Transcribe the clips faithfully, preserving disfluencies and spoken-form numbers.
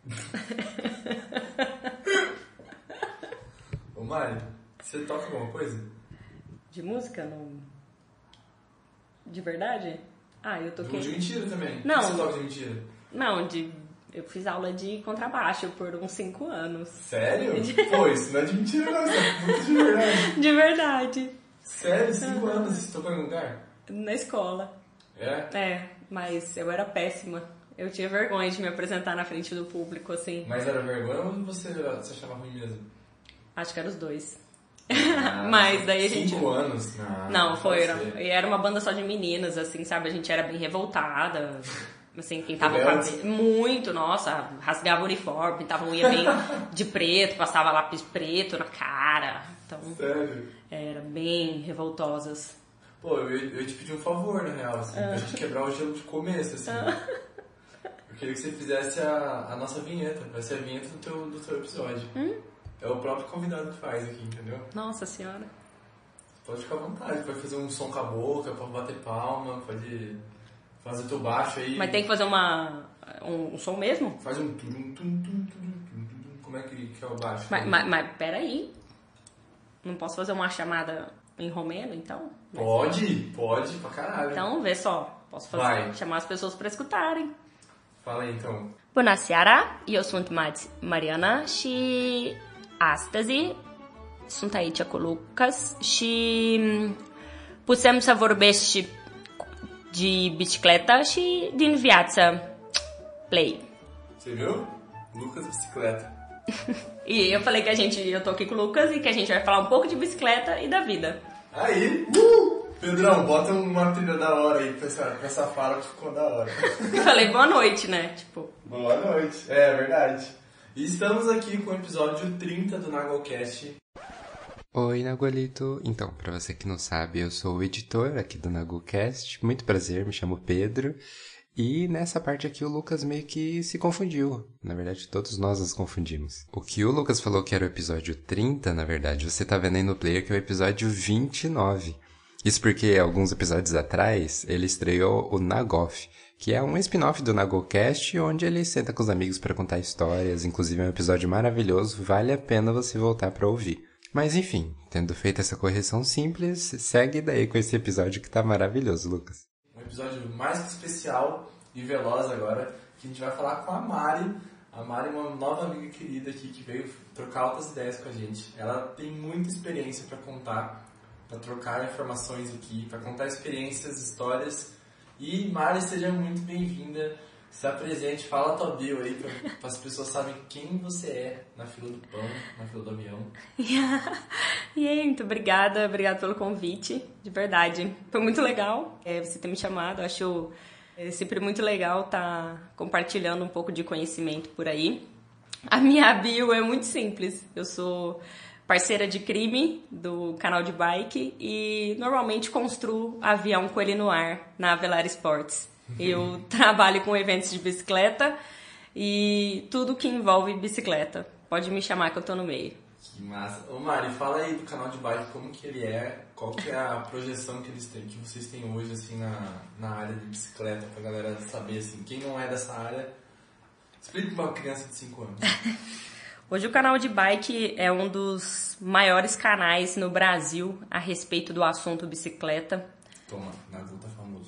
Ô Mari, você toca alguma coisa? De música? Não. De verdade? Ah, eu toquei... De mentira também. Não. O que você toca de mentira? Não, de... eu fiz aula de contrabaixo por uns cinco anos. Sério? Pô, isso não é de mentira não, isso é muito de verdade. De verdade. Sério? Cinco anos? Você tocou em algum lugar? Na escola. É? É, mas eu era péssima. Eu tinha vergonha de me apresentar na frente do público, assim. Mas era vergonha ou você, você achava ruim mesmo? Acho que eram os dois. Ah, mas daí a gente... Cinco anos? Não, Não, foi. Era, ser. e era uma banda só de meninas, assim, sabe? A gente era bem revoltada. Assim, pintava o Rebelde? cabelo. Muito, nossa. Rasgava o uniforme, pintava a unha bem de preto, passava lápis preto na cara. Então, Sério? era bem revoltosas. Pô, eu, ia- eu ia te pedir um favor, na real, assim, pra gente quebrar o gelo de começo, assim. Eu queria que você fizesse a, a nossa vinheta. Vai ser a vinheta do teu, do teu episódio. Hum? É o próprio convidado que faz aqui, entendeu? Nossa senhora. Pode ficar à vontade, pode fazer um som com a boca, pode bater palma, pode fazer teu baixo aí. Mas tem que fazer uma, um, um som mesmo? Faz um tum tum tum tum tum tum. Como é que, que é o baixo? Mas, mas, mas peraí. Não posso fazer uma chamada em romeno, então? Pode, pode, pra caralho. Então, vê só. Posso fazer, Vai. chamar as pessoas para escutarem. Fala aí, então. Bună seara, eu sunt Mariana și astăzi sunt aici cu Lucas și putem să vorbesc și de bicicleta și din viață. Play. Você viu? Lucas Bicicleta. E eu falei que a gente, eu tô aqui com o Lucas e que a gente vai falar um pouco de bicicleta e da vida. Aí, uh! Pedrão, bota uma trilha da hora aí pra essa, pra essa fala que ficou da hora. Eu falei boa noite, né? Tipo, Boa noite. É, é verdade. E estamos aqui com o episódio trinta do Nagocast. Oi, Nagualito. Então, pra você que não sabe, eu sou o editor aqui do Nagocast. Muito prazer, me chamo Pedro. E nessa parte aqui o Lucas meio que se confundiu. Na verdade, todos nós nos confundimos. O que o Lucas falou que era o episódio trinta, na verdade, você tá vendo aí no player que é o episódio vinte e nove. Isso porque alguns episódios atrás ele estreou o Nagoff, que é um spin-off do Nagocast, onde ele senta com os amigos para contar histórias. Inclusive é um episódio maravilhoso, vale a pena você voltar para ouvir. Mas enfim, tendo feito essa correção simples, segue daí com esse episódio que tá maravilhoso, Lucas. Um episódio mais que especial e veloz agora, que a gente vai falar com a Mari. A Mari é uma nova amiga querida aqui que veio trocar altas ideias com a gente. Ela tem muita experiência para contar, para trocar informações aqui, para contar experiências, histórias. E Mari, seja muito bem-vinda. Se apresente, fala a tua bio aí para as pessoas saberem quem você é na fila do pão, na fila do avião. E aí, muito obrigada, obrigada pelo convite, de verdade. Foi muito legal é, você ter me chamado, acho é, sempre muito legal estar compartilhando um pouco de conhecimento por aí. A minha bio é muito simples, eu sou parceira de crime do canal de bike e normalmente construo avião com ele no ar na Avelar Sports. Eu trabalho com eventos de bicicleta e tudo que envolve bicicleta. Pode me chamar que eu tô no meio. Que massa. Ô Mari, fala aí do canal de bike, como que ele é, qual que é a projeção que eles têm, que vocês têm hoje assim na, na área de bicicleta, pra galera saber assim, quem não é dessa área, explica pra uma criança de cinco anos. Hoje o canal de bike é um dos maiores canais no Brasil a respeito do assunto bicicleta. Toma, Nagu tá famoso.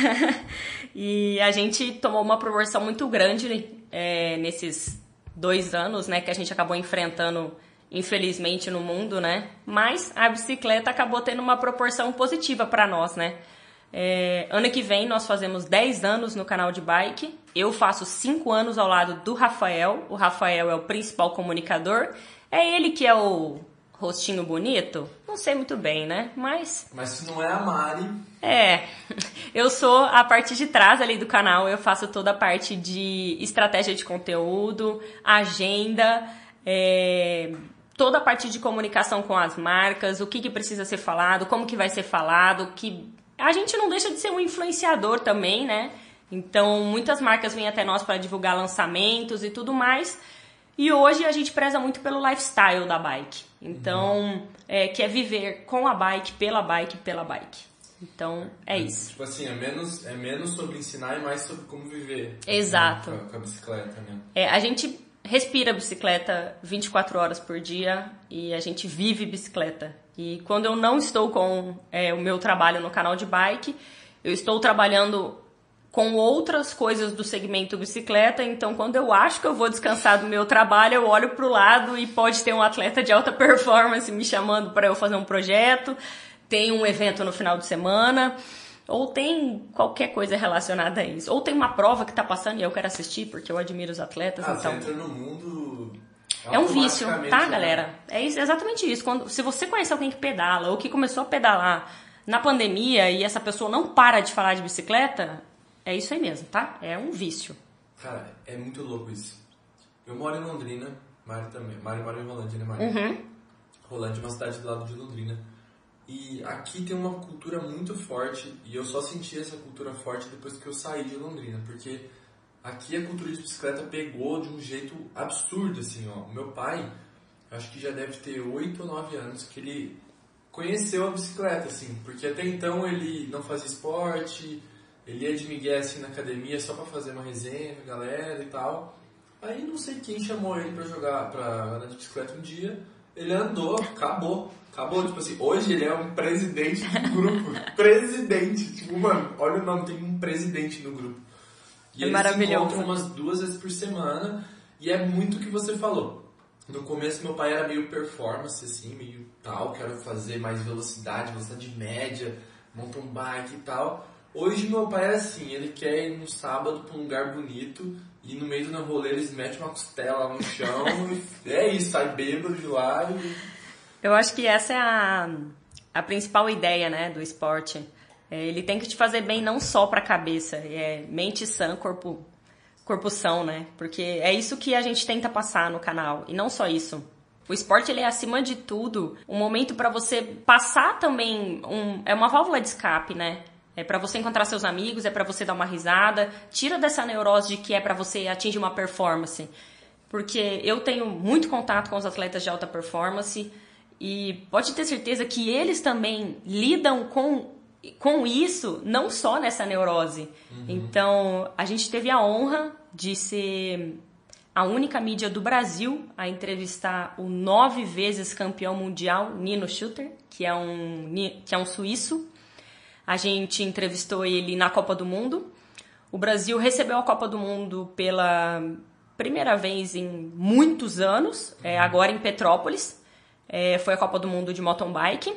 E a gente tomou uma proporção muito grande é, nesses dois anos, né, que a gente acabou enfrentando, infelizmente, no mundo, né? Mas a bicicleta acabou tendo uma proporção positiva para nós, né? É, ano que vem nós fazemos dez anos no canal de bike. Eu faço cinco anos ao lado do Rafael. O Rafael é o principal comunicador. É ele que é o rostinho bonito? Não sei muito bem, né? Mas... Mas se não é a Mari... É, eu sou a parte de trás ali do canal. Eu faço toda a parte de estratégia de conteúdo, agenda, é, toda a parte de comunicação com as marcas, o que, que precisa ser falado, como que vai ser falado, que... A gente não deixa de ser um influenciador também, né? Então, muitas marcas vêm até nós para divulgar lançamentos e tudo mais. E hoje a gente preza muito pelo lifestyle da bike. Então, uhum. é, que é viver com a bike, pela bike, pela bike. Então, é isso. Tipo assim, é menos, é menos sobre ensinar e mais sobre como viver. Exato. Com a, com a bicicleta, né? É, a gente respira bicicleta vinte e quatro horas por dia e a gente vive bicicleta. E quando eu não estou com é, o meu trabalho no canal de bike, eu estou trabalhando com outras coisas do segmento bicicleta. Então, quando eu acho que eu vou descansar do meu trabalho, eu olho para o lado e pode ter um atleta de alta performance me chamando para eu fazer um projeto, tem um evento no final de semana, ou tem qualquer coisa relacionada a isso. Ou tem uma prova que está passando e eu quero assistir porque eu admiro os atletas. Ah, então... você entra no mundo... É um vício, tá, né? galera? É isso, exatamente isso. Quando, se você conhece alguém que pedala ou que começou a pedalar na pandemia e essa pessoa não para de falar de bicicleta, é isso aí mesmo, tá? É um vício. Cara, é muito louco isso. Eu moro em Londrina, Mari também. Mari mora em Rolândia, né, Mari? Uhum. Rolândia é uma cidade do lado de Londrina. E aqui tem uma cultura muito forte, e eu só senti essa cultura forte depois que eu saí de Londrina, porque aqui a cultura de bicicleta pegou de um jeito absurdo, assim, ó. O meu pai, acho que já deve ter oito ou nove anos que ele conheceu a bicicleta, assim, porque até então ele não fazia esporte, ele ia de migué, assim, na academia só pra fazer uma resenha com a galera e tal. Aí não sei quem chamou ele pra jogar, pra andar de bicicleta um dia, ele andou, acabou. Acabou, tipo assim, hoje ele é um presidente do grupo. Presidente. Tipo, mano, olha o nome, tem um presidente no grupo. E é eles maravilhoso. se encontram umas duas vezes por semana. E é muito o que você falou. No começo meu pai era meio performance, assim, meio tal, quero fazer mais velocidade, velocidade média, mountain bike e tal. Hoje meu pai é assim, ele quer ir no sábado pra um lugar bonito e no meio do rolê eles metem uma costela lá no chão e é isso, sai bêbado de lá e... Eu acho que essa é a, a principal ideia, né, do esporte. É, ele tem que te fazer bem não só para a cabeça, é mente sã, corpo, corpo são, né? Porque é isso que a gente tenta passar no canal. E não só isso. O esporte, ele é, acima de tudo, um momento para você passar também... Um, é uma válvula de escape, né? É para você encontrar seus amigos, é para você dar uma risada. Tira dessa neurose de que é para você atingir uma performance. Porque eu tenho muito contato com os atletas de alta performance... E pode ter certeza que eles também lidam com, com isso, não só nessa neurose. Uhum. Então, a gente teve a honra de ser a única mídia do Brasil a entrevistar o nove vezes campeão mundial, Nino Schurter, que é um, que é um suíço. A gente entrevistou ele na Copa do Mundo. O Brasil recebeu a Copa do Mundo pela primeira vez em muitos anos, é, agora em Petrópolis. É, foi a Copa do Mundo de mountain bike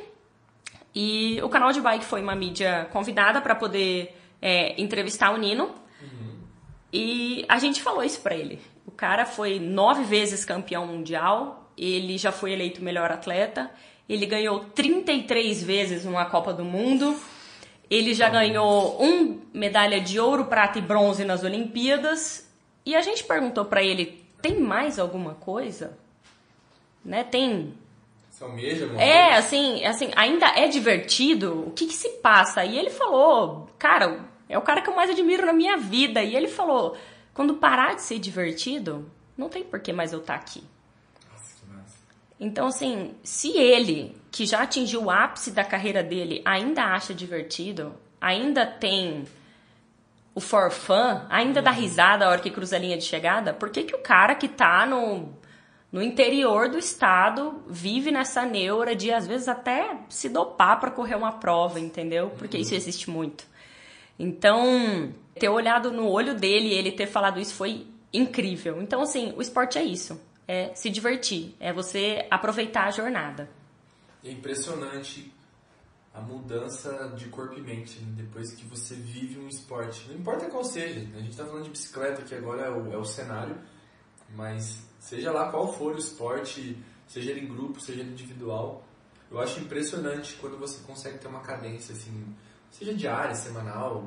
e o canal de bike foi uma mídia convidada para poder é, entrevistar o Nino. Uhum. E a gente falou isso para ele. O cara foi nove vezes campeão mundial, ele já foi eleito melhor atleta, ele ganhou trinta e três vezes uma Copa do Mundo, ele já ganhou uma medalha de ouro, prata e bronze nas Olimpíadas. E a gente perguntou para ele, tem mais alguma coisa? Né? Tem... Almeja, mano. É, assim, assim, ainda é divertido? O que que se passa? E ele falou, cara, é o cara que eu mais admiro na minha vida. E ele falou, quando parar de ser divertido, não tem por que mais eu estar aqui. Nossa, que massa. Então, assim, se ele, que já atingiu o ápice da carreira dele, ainda acha divertido, ainda tem o for fun, ainda dá risada a hora que cruza a linha de chegada, por que que o cara que tá no... no interior do estado, vive nessa neura de, às vezes, até se dopar para correr uma prova, entendeu? Porque isso existe muito. Então, ter olhado no olho dele e ele ter falado isso foi incrível. Então, assim, o esporte é isso. É se divertir. É você aproveitar a jornada. É impressionante a mudança de corpo e mente, né? Depois que você vive um esporte. Não importa qual seja. A gente está falando de bicicleta, que agora é o, é o cenário. Mas... seja lá qual for o esporte, seja ele em grupo, seja ele individual, eu acho impressionante quando você consegue ter uma cadência, assim, seja diária, semanal.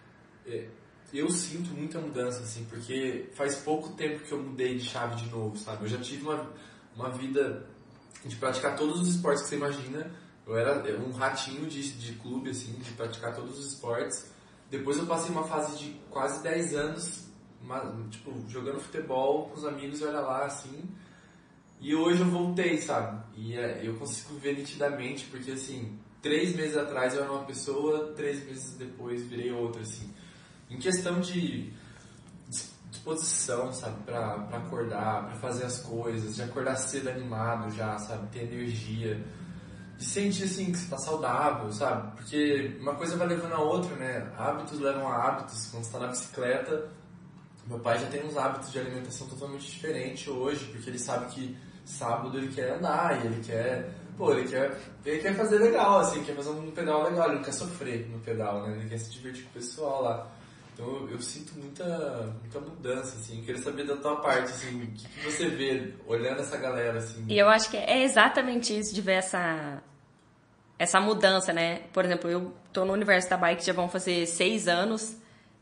Eu sinto muita mudança, assim, porque faz pouco tempo que eu mudei de chave de novo, sabe? Eu já tive uma, uma vida de praticar todos os esportes que você imagina. Eu era um ratinho de, de clube, assim, de praticar todos os esportes. Depois eu passei uma fase de quase dez anos... Uma, tipo, jogando futebol com os amigos e olha lá, assim. E hoje eu voltei, sabe? E é, eu consigo ver nitidamente, porque assim, três meses atrás eu era uma pessoa, três meses depois virei outra, assim. Em questão de disposição, sabe, pra, pra acordar, pra fazer as coisas, de acordar cedo animado já, sabe, ter energia, de sentir, assim, que você tá saudável, sabe, porque uma coisa vai levando a outra, né, hábitos levam a hábitos. Quando você tá na bicicleta, meu pai já tem uns hábitos de alimentação totalmente diferentes hoje, porque ele sabe que sábado ele quer andar e ele quer, pô, ele quer, ele quer fazer legal, assim, quer fazer um pedal legal, ele não quer sofrer no pedal, né, ele quer se divertir com o pessoal lá. Então eu, eu sinto muita, muita mudança, assim. Eu queria saber da tua parte, assim, o que, que você vê olhando essa galera, assim. E eu acho que é exatamente isso, de ver essa, essa mudança, né? Por exemplo, eu tô no universo da bike, já vão fazer seis anos,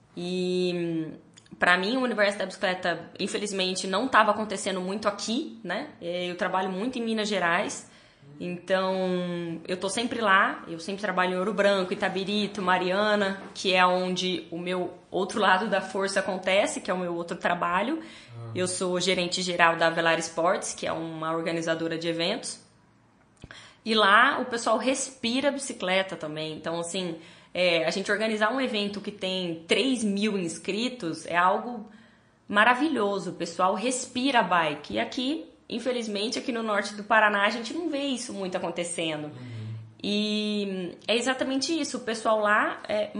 e pra mim o universo da bicicleta, infelizmente, não estava acontecendo muito aqui, né? Eu trabalho muito em Minas Gerais, então eu tô sempre lá, eu sempre trabalho em Ouro Branco, Itabirito, Mariana, que é onde o meu outro lado da força acontece, que é o meu outro trabalho. Ah. Eu sou gerente geral da Avelar Esportes, que é uma organizadora de eventos. E lá o pessoal respira bicicleta também. Então, assim, é, a gente organizar um evento que tem três mil inscritos é algo maravilhoso. O pessoal respira a bike. E aqui, infelizmente, aqui no norte do Paraná, a gente não vê isso muito acontecendo. Uhum. E é exatamente isso. O pessoal lá é,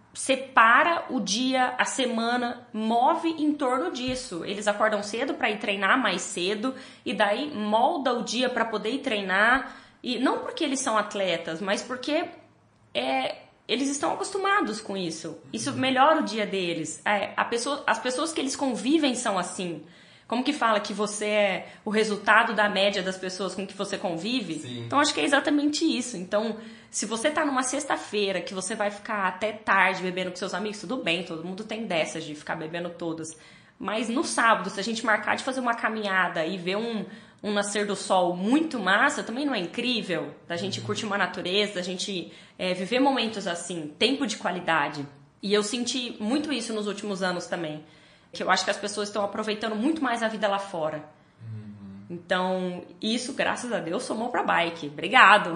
separa o dia, a semana, move em torno disso. Eles acordam cedo para ir treinar mais cedo e daí molda o dia para poder ir treinar. E não porque eles são atletas, mas porque é, eles estão acostumados com isso. Isso melhora o dia deles. É, a pessoa, as pessoas que eles convivem são assim. Como que fala que você é o resultado da média das pessoas com que você convive? Sim. Então, acho que é exatamente isso. Então, se você tá numa sexta-feira que você vai ficar até tarde bebendo com seus amigos, tudo bem, todo mundo tem dessas de ficar bebendo todas. Mas no sábado, se a gente marcar de fazer uma caminhada e ver um, um nascer do sol muito massa, também não é incrível? Da gente curtir uma natureza, da gente é, viver momentos assim, tempo de qualidade. E eu senti muito isso nos últimos anos também. Que eu acho que as pessoas estão aproveitando muito mais a vida lá fora. Uhum. Então, isso, graças a Deus, somou pra bike. Obrigado.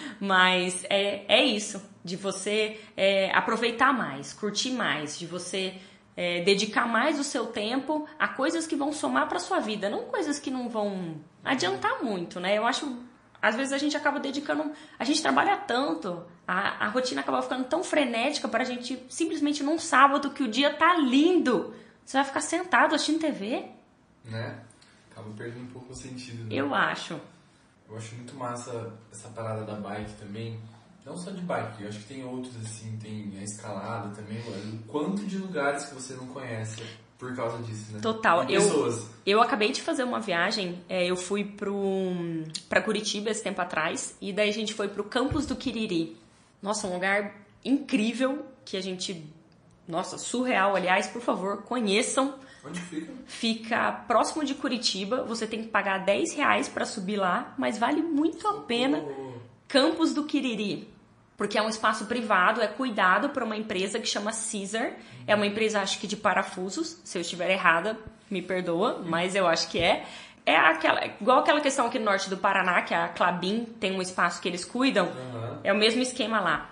Mas é, é isso, de você é, aproveitar mais, curtir mais, de você é, dedicar mais o seu tempo a coisas que vão somar pra sua vida, não coisas que não vão adiantar muito, né? Eu acho, às vezes a gente acaba dedicando, a gente trabalha tanto, a, a rotina acaba ficando tão frenética pra gente, simplesmente num sábado que o dia tá lindo, você vai ficar sentado assistindo T V? Né? Acaba perdendo um pouco o sentido, né? Eu acho. Eu acho muito massa essa parada da bike também. Não só de bike, eu acho que tem outros assim, tem a escalada também. O quanto de lugares que você não conhece por causa disso, né? Total. E pessoas. Eu, eu acabei de fazer uma viagem, é, eu fui pro, pra Curitiba esse tempo atrás, e daí a gente foi pro Campos do Quiriri. Nossa, um lugar incrível que a gente... Nossa, surreal, aliás, por favor, conheçam. Onde fica? Fica próximo de Curitiba, você tem que pagar dez reais para subir lá, mas vale muito a pena. Campos do Quiriri, porque é um espaço privado, é cuidado por uma empresa que chama Caesar, uhum. É uma empresa, acho que de parafusos, se eu estiver errada, me perdoa, uhum. Mas eu acho que é. É aquela, igual aquela questão aqui no norte do Paraná, que a Klabin tem um espaço que eles cuidam, uhum. É o mesmo esquema lá.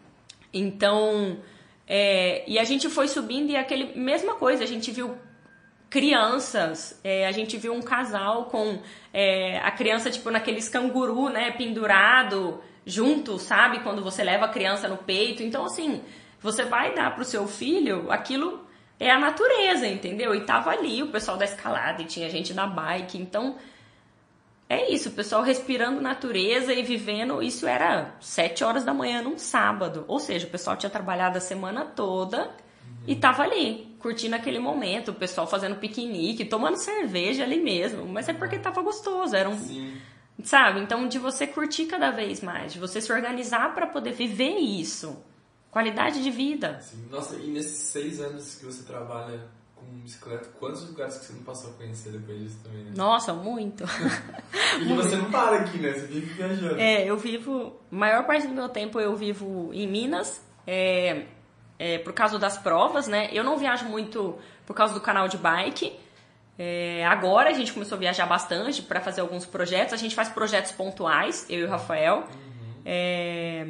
Então... É, e a gente foi subindo e aquele mesma coisa, a gente viu crianças, é, a gente viu um casal com é, a criança tipo naqueles canguru, né, pendurado junto, sabe, quando você leva a criança no peito. Então assim, você vai dar pro seu filho, aquilo é a natureza, entendeu? E tava ali o pessoal da escalada e tinha gente da bike, então... É isso, o pessoal respirando natureza e vivendo, isso era sete horas da manhã num sábado. Ou seja, o pessoal tinha trabalhado a semana toda uhum. E tava ali, curtindo aquele momento, o pessoal fazendo piquenique, tomando cerveja ali mesmo. Mas é porque tava gostoso, era um... Sim. Sabe? Então, de você curtir cada vez mais, de você se organizar para poder viver isso. Qualidade de vida. Sim. Nossa, e nesses seis anos que você trabalha... com bicicleta, quantos lugares que você não passou a conhecer depois disso também, né? Nossa, muito. E muito. Você não para aqui, né? Você vive viajando. É, eu vivo... A maior parte do meu tempo eu vivo em Minas, é, é, por causa das provas, né? Eu não viajo muito por causa do canal de bike. É, agora a gente começou a viajar bastante para fazer alguns projetos. A gente faz projetos pontuais, eu e o Rafael. Uhum. É...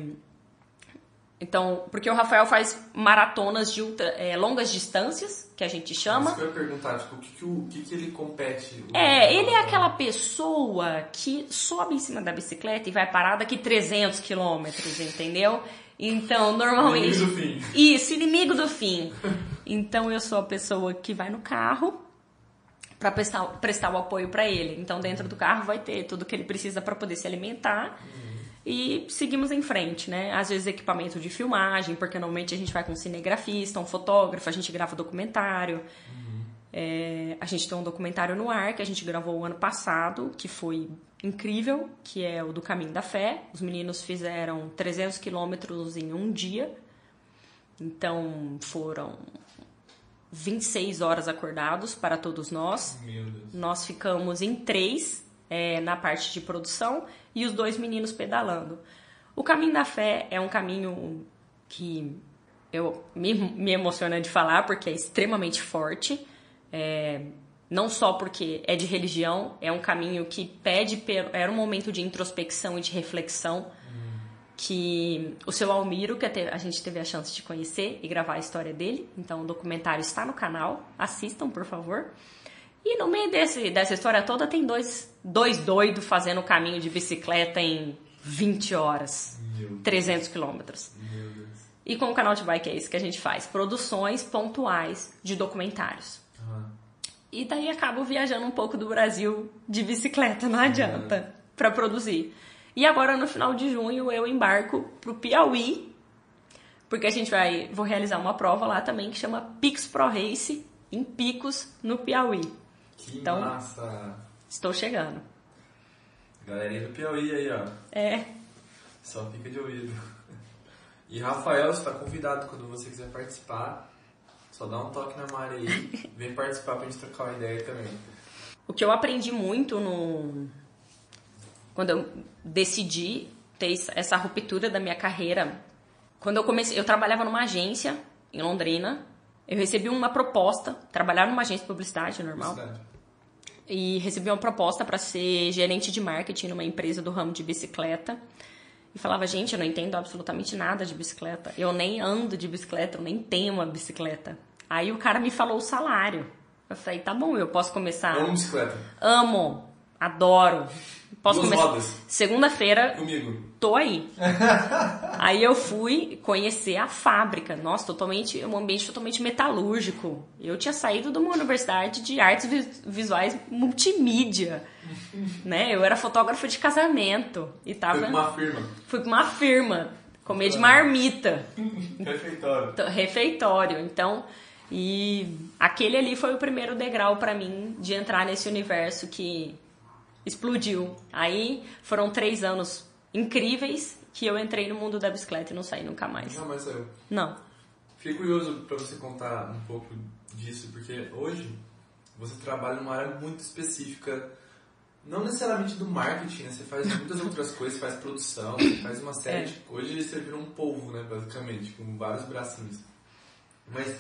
Então, porque o Rafael faz maratonas de ultra, é, longas distâncias, que a gente chama. Isso que eu ia perguntar, tipo, o que, que, o, que, que ele compete? O É, ele é aquela pessoa que sobe em cima da bicicleta e vai parar daqui trezentos quilômetros, entendeu? Então, normalmente... Inimigo do fim. Isso, inimigo do fim. Então, eu sou a pessoa que vai no carro para prestar, prestar o apoio para ele. Então, dentro do carro vai ter tudo que ele precisa para poder se alimentar. E seguimos em frente, né? Às vezes equipamento de filmagem, porque normalmente a gente vai com um cinegrafista, um fotógrafo, a gente grava documentário. Uhum. É, a gente tem um documentário no ar que a gente gravou o ano passado, que foi incrível, que é o do Caminho da Fé. Os meninos fizeram trezentos quilômetros em um dia. Então foram vinte e seis horas acordados para todos nós. Meu Deus. Nós ficamos em três é, na parte de produção e os dois meninos pedalando. O Caminho da Fé é um caminho que eu me, me emociona de falar, porque é extremamente forte. É, não só porque é de religião, é um caminho que pede... Era um momento de introspecção e de reflexão hum. que o seu Almiro, que a gente teve a chance de conhecer e gravar a história dele. Então, o documentário está no canal. Assistam, por favor. E no meio desse, dessa história toda tem dois, dois doidos fazendo o caminho de bicicleta em vinte horas, trezentos quilômetros. E com o canal de Bike é isso que a gente faz, produções pontuais de documentários. Uhum. E daí acabo viajando um pouco do Brasil de bicicleta, não adianta, uhum. para produzir. E agora no final de junho eu embarco pro Piauí, porque a gente vai, vou realizar uma prova lá também que chama Picos Pro Race, em Picos, no Piauí. Que então, massa! Estou chegando. Galerinha do Piauí aí, ó. É. Só fica de ouvido. E Rafael, você está convidado quando você quiser participar. Só dá um toque na Mari aí. Vem participar pra gente trocar uma ideia também. O que eu aprendi muito no... quando eu decidi ter essa ruptura da minha carreira. Quando eu comecei, eu trabalhava numa agência em Londrina. Eu recebi uma proposta, trabalhar numa agência de publicidade normal. Publicidade. E recebi uma proposta para ser gerente de marketing numa empresa do ramo de bicicleta. E falava, gente, eu não entendo absolutamente nada de bicicleta. Eu nem ando de bicicleta, eu nem tenho uma bicicleta. Aí o cara me falou o salário. Eu falei, tá bom, eu posso começar... Amo bicicleta. Amo, adoro. Posso Duas começar... rodas. Segunda-feira... Comigo. Tô aí. Aí eu fui conhecer a fábrica. Nossa, totalmente, um ambiente totalmente metalúrgico. Eu tinha saído de uma universidade de artes visuais multimídia, né? Eu era fotógrafa de casamento e tava. Fui pra uma firma. Fui pra uma firma comer de marmita. Refeitório. Refeitório. Então, e aquele ali foi o primeiro degrau pra mim de entrar nesse universo que explodiu. Aí foram três anos incríveis que eu entrei no mundo da bicicleta e não saí nunca mais. Não, mas eu... Não. Fiquei curioso pra você contar um pouco disso, porque hoje você trabalha numa área muito específica, não necessariamente do marketing, né? Você faz muitas outras coisas, faz produção, faz uma série é. de... Hoje você virou um polvo, né, basicamente, com vários bracinhos. Mas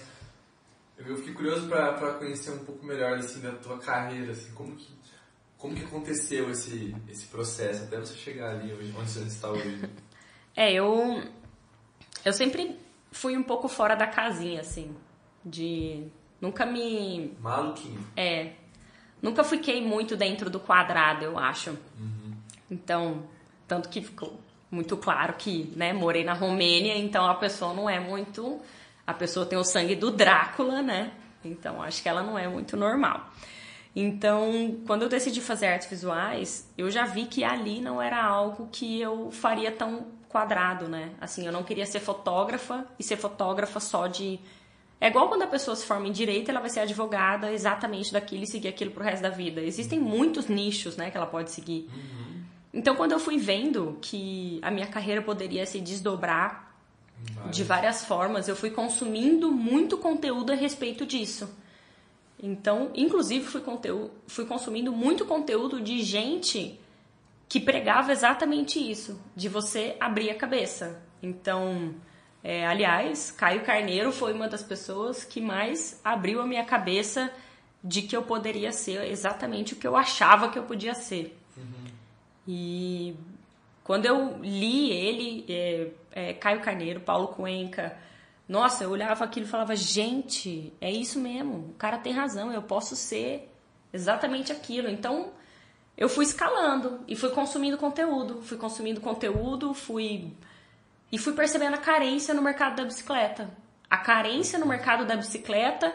eu fiquei curioso pra, pra conhecer um pouco melhor, assim, da tua carreira, assim, como que Como que aconteceu esse, esse processo até você chegar ali hoje, onde você está hoje? É, eu, eu sempre fui um pouco fora da casinha, assim, de nunca me... Maluquinho. É, nunca fiquei muito dentro do quadrado, eu acho. Uhum. Então, tanto que ficou muito claro que, né, morei na Romênia, então a pessoa não é muito... A pessoa tem o sangue do Drácula, né? Então, acho que ela não é muito normal. Então, quando eu decidi fazer artes visuais, eu já vi que ali não era algo que eu faria tão quadrado, né? Assim, eu não queria ser fotógrafa e ser fotógrafa só de... É igual quando a pessoa se forma em direito, ela vai ser advogada exatamente daquilo e seguir aquilo pro resto da vida. Existem muitos nichos, né, que ela pode seguir. Uhum. Então, quando eu fui vendo que a minha carreira poderia se desdobrar Várias. de várias formas, eu fui consumindo muito conteúdo a respeito disso. Então, inclusive, fui, conteúdo, fui consumindo muito conteúdo de gente que pregava exatamente isso, de você abrir a cabeça. Então, é, aliás, Caio Carneiro foi uma das pessoas que mais abriu a minha cabeça de que eu poderia ser exatamente o que eu achava que eu podia ser. Uhum. E Quando eu li ele, é, é, Caio Carneiro, Paulo Cuenca, nossa, eu olhava aquilo e falava, gente, é isso mesmo, o cara tem razão, eu posso ser exatamente aquilo. Então, eu fui escalando e fui consumindo conteúdo, fui consumindo conteúdo, fui... E fui percebendo a carência no mercado da bicicleta. A carência no mercado da bicicleta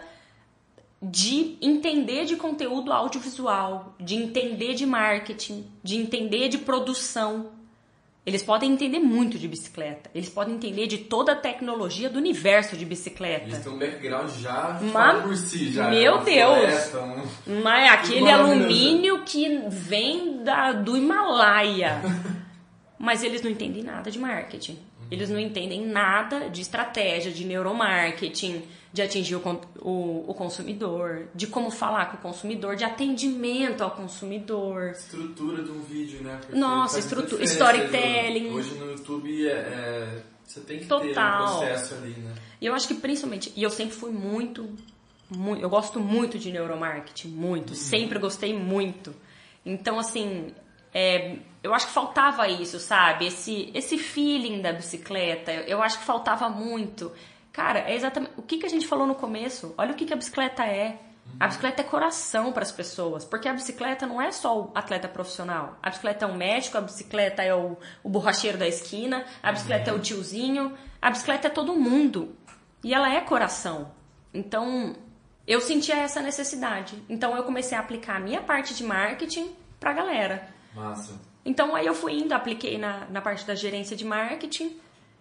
de entender de conteúdo audiovisual, de entender de marketing, de entender de produção. Eles podem entender muito de bicicleta. Eles podem entender de toda a tecnologia do universo de bicicleta. Eles têm um background já Mas, por si, já. Meu Deus! Floresta, um... Mas aquele alumínio que vem da, do Himalaia. Mas eles não entendem nada de marketing. Eles não entendem nada de estratégia, de neuromarketing, de atingir o, o, o consumidor, de como falar com o consumidor, de atendimento ao consumidor. Estrutura de um vídeo, né? Porque Nossa, estrutura, storytelling. Hoje no YouTube é, é, você tem que Total. ter um processo ali, né? E eu acho que principalmente, e eu sempre fui muito, muito eu gosto muito de neuromarketing, muito, uhum. Sempre gostei muito. Então, assim... É, eu acho que faltava isso, sabe? Esse, esse feeling da bicicleta, eu acho que faltava muito. Cara, é exatamente o que, que a gente falou no começo. Olha o que, que a bicicleta é. A bicicleta é coração para as pessoas, porque a bicicleta não é só o atleta profissional. A bicicleta é o médico, a bicicleta é o, o borracheiro da esquina, a bicicleta é o tiozinho, a bicicleta é todo mundo. E ela é coração. Então, eu sentia essa necessidade. Então, eu comecei a aplicar a minha parte de marketing para a galera. Massa. Então aí eu fui indo, apliquei na, na parte da gerência de marketing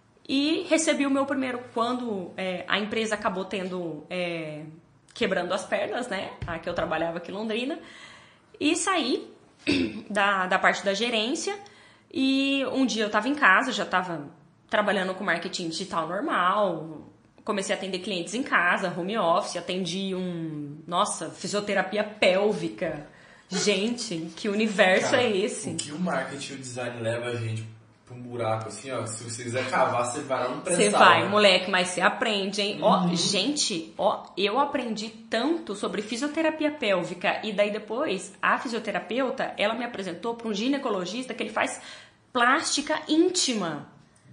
e recebi o meu primeiro, quando é, a empresa acabou tendo, é, quebrando as pernas, né, a que eu trabalhava aqui em Londrina, e saí da, da parte da gerência e um dia eu estava em casa, já estava trabalhando com marketing digital normal, comecei a atender clientes em casa, home office, atendi um, nossa, fisioterapia pélvica. Gente, que universo Cara, é esse? O que o marketing e o design leva a gente pra um buraco assim, ó. Se você quiser cavar, você vai lá no pré-sal. Você vai, né? moleque, mas você aprende, hein? Uhum. Ó, gente, ó, eu aprendi tanto sobre fisioterapia pélvica e daí depois a fisioterapeuta, ela me apresentou para um ginecologista que ele faz plástica íntima.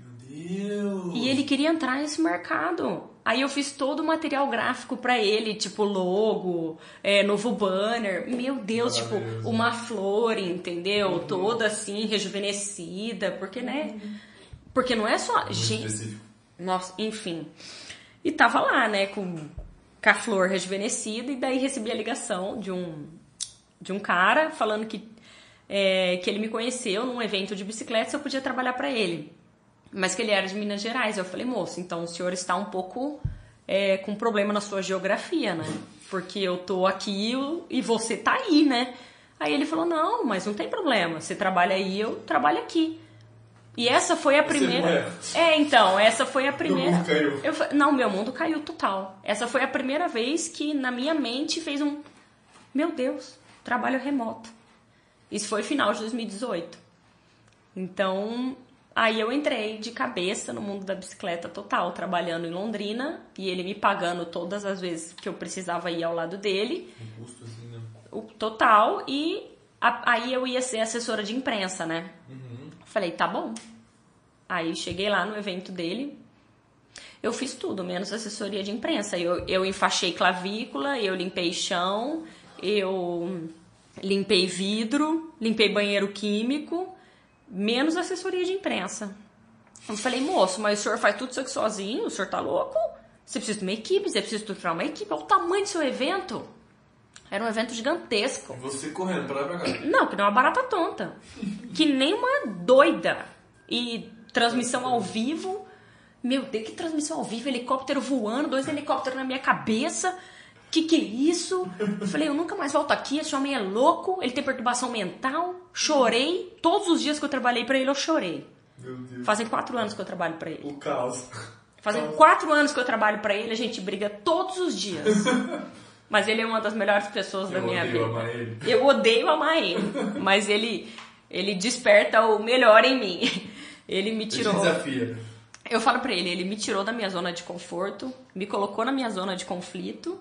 Meu Deus! E ele queria entrar nesse mercado. Aí eu fiz todo o material gráfico pra ele, tipo logo, é, novo banner. Meu Deus, tipo, uma flor, entendeu? Uhum. Toda assim, rejuvenescida. Porque, né? Porque não é só... Muito gente, específico. Nossa, enfim. E tava lá, né, com, com a flor rejuvenescida. E daí recebi a ligação de um, de um cara falando que, é, que ele me conheceu num evento de bicicleta se eu podia trabalhar pra ele. Mas que ele era de Minas Gerais. Eu falei, moço, então o senhor está um pouco é, com problema na sua geografia, né? Porque eu tô aqui e você tá aí, né? Aí ele falou, não, mas não tem problema. Você trabalha aí, eu trabalho aqui. E essa foi a primeira... É, então, essa foi a primeira... Meu mundo caiu. Eu... Não, meu mundo caiu total. Essa foi a primeira vez que na minha mente fez um... Meu Deus, trabalho remoto. Isso foi final de dois mil e dezoito. Então... Aí eu entrei de cabeça no mundo da bicicleta total, trabalhando em Londrina e ele me pagando todas as vezes que eu precisava ir ao lado dele. Um custo assim, né? O total. E a, aí eu ia ser assessora de imprensa, né? Uhum. Falei, tá bom. Aí cheguei lá no evento dele. Eu fiz tudo, menos assessoria de imprensa. Eu, eu enfaixei clavícula, eu limpei chão, eu limpei vidro, limpei banheiro químico... Menos assessoria de imprensa. Eu falei, moço, mas o senhor faz tudo isso aqui sozinho? O senhor tá louco? Você precisa de uma equipe, você precisa estruturar uma equipe. Olha o tamanho do seu evento. Era um evento gigantesco. Você correndo pra lá e pra cá. Não, que nem uma barata tonta. Que nem uma doida. E transmissão ao vivo. Meu Deus, que transmissão ao vivo. Helicóptero voando, dois helicópteros na minha cabeça. Que que é isso? Eu falei, eu nunca mais volto aqui, esse homem é louco, ele tem perturbação mental. Chorei. Todos os dias que eu trabalhei pra ele, eu chorei. Meu Deus. Fazem quatro anos que eu trabalho pra ele. O caos. Fazem caos. quatro anos que eu trabalho pra ele, a gente briga todos os dias. Mas ele é uma das melhores pessoas Eu da minha vida. Amar ele. Eu odeio amar ele. Mas ele, ele desperta o melhor em mim. Ele me tirou... Ele desafia. Eu falo pra ele, ele me tirou da minha zona de conforto, me colocou na minha zona de conflito...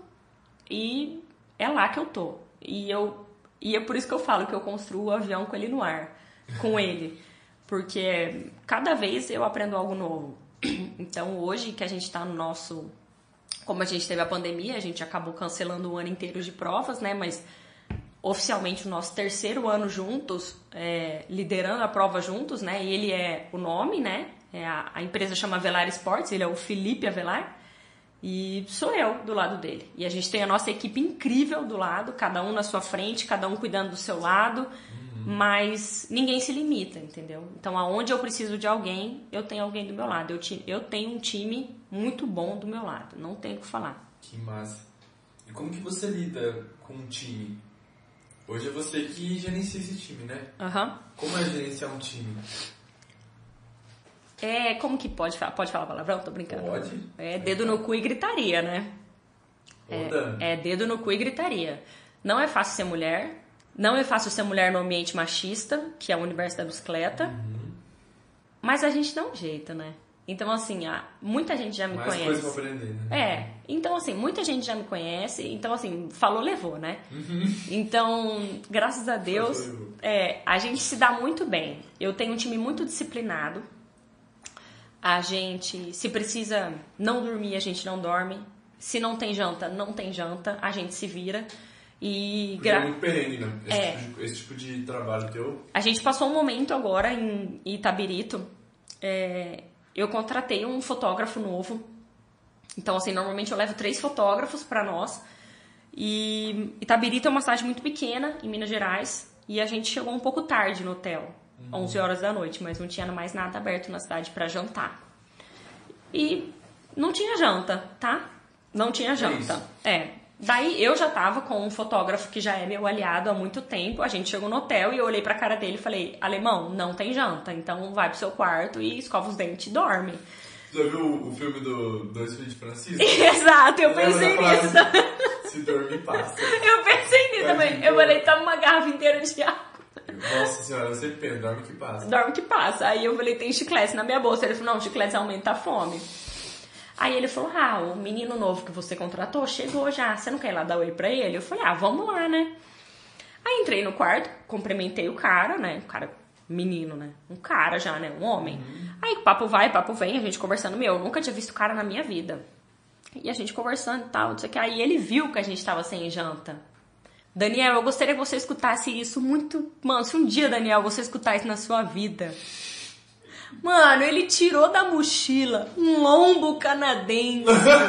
E é lá que eu tô. E, eu, e é por isso que eu falo que eu construo o avião com ele no ar. Com ele. porque cada vez eu aprendo algo novo. Então, hoje que a gente está no nosso... Como a gente teve a pandemia, a gente acabou cancelando o ano inteiro de provas, né? Mas oficialmente o nosso terceiro ano juntos, é, liderando a prova juntos, né? E ele é o nome, né? É a, a empresa chama Avelar Esportes, ele é o Felipe Avelar. E sou eu do lado dele. E a gente tem a nossa equipe incrível do lado, cada um na sua frente, cada um cuidando do seu lado, uhum. Mas ninguém se limita, entendeu? Então, aonde eu preciso de alguém, eu tenho alguém do meu lado. Eu, te, eu tenho um time muito bom do meu lado, não tenho o que falar. Que massa. E como que você lida com um time? Hoje é você que gerencia esse time, né? Uhum. Como é gerenciar um time? É, como que pode falar? Pode falar palavrão? Tô brincando. Pode. É dedo no cu e gritaria, né? É, é dedo no cu e gritaria. Não é fácil ser mulher. Não é fácil ser mulher no ambiente machista, que é o universo da bicicleta. Uhum. Mas a gente dá um jeito, né? Então, assim, a, muita gente já me Mais conhece. Mais coisa pra aprender, né? É. Então, assim, muita gente já me conhece. Então, assim, falou, levou, né? Uhum. Então, graças a Deus, é, a gente se dá muito bem. Eu tenho um time muito disciplinado. A gente, se precisa não dormir, a gente não dorme. Se não tem janta, não tem janta. A gente se vira. E gra... É muito perene, né? Esse, é. tipo de, esse tipo de trabalho teu. A gente passou um momento agora em Itabirito. É, eu contratei um fotógrafo novo. Então, assim, normalmente eu levo três fotógrafos para nós. E Itabirito é uma cidade muito pequena, em Minas Gerais. E a gente chegou um pouco tarde no hotel. Uhum. onze horas da noite, mas não tinha mais nada aberto na cidade para jantar. E não tinha janta, tá? Não tinha janta. É, é. Daí eu já tava com um fotógrafo que já é meu aliado há muito tempo. A gente chegou no hotel e eu olhei pra cara dele e falei: alemão, não tem janta, então vai pro seu quarto e escova os dentes e dorme. Já viu o filme do Dois Filhos de Francisco? Exato, eu pensei nisso. Se dormir, passa. Eu pensei nisso também. Eu falei: toma uma garrafa inteira de água. Nossa senhora, eu sempre penso, dorme que passa. Dorme que passa. Aí eu falei: tem chiclete na minha bolsa. Ele falou: não, chiclete aumenta a fome. Aí ele falou: ah, o menino novo que você contratou chegou já, você não quer ir lá dar oi pra ele? Eu falei: ah, vamos lá, né? Aí entrei no quarto, cumprimentei o cara, né? O cara, menino, né? Um cara já, né? Um homem. Uhum. Aí papo vai, papo vem, a gente conversando. Meu, eu nunca tinha visto cara na minha vida. E a gente conversando e tal, não sei o que. Aí ele viu que a gente tava sem janta. Daniel, eu gostaria que você escutasse isso muito... Mano, se um dia, Daniel, você escutar isso na sua vida... Mano, ele tirou da mochila um lombo canadense.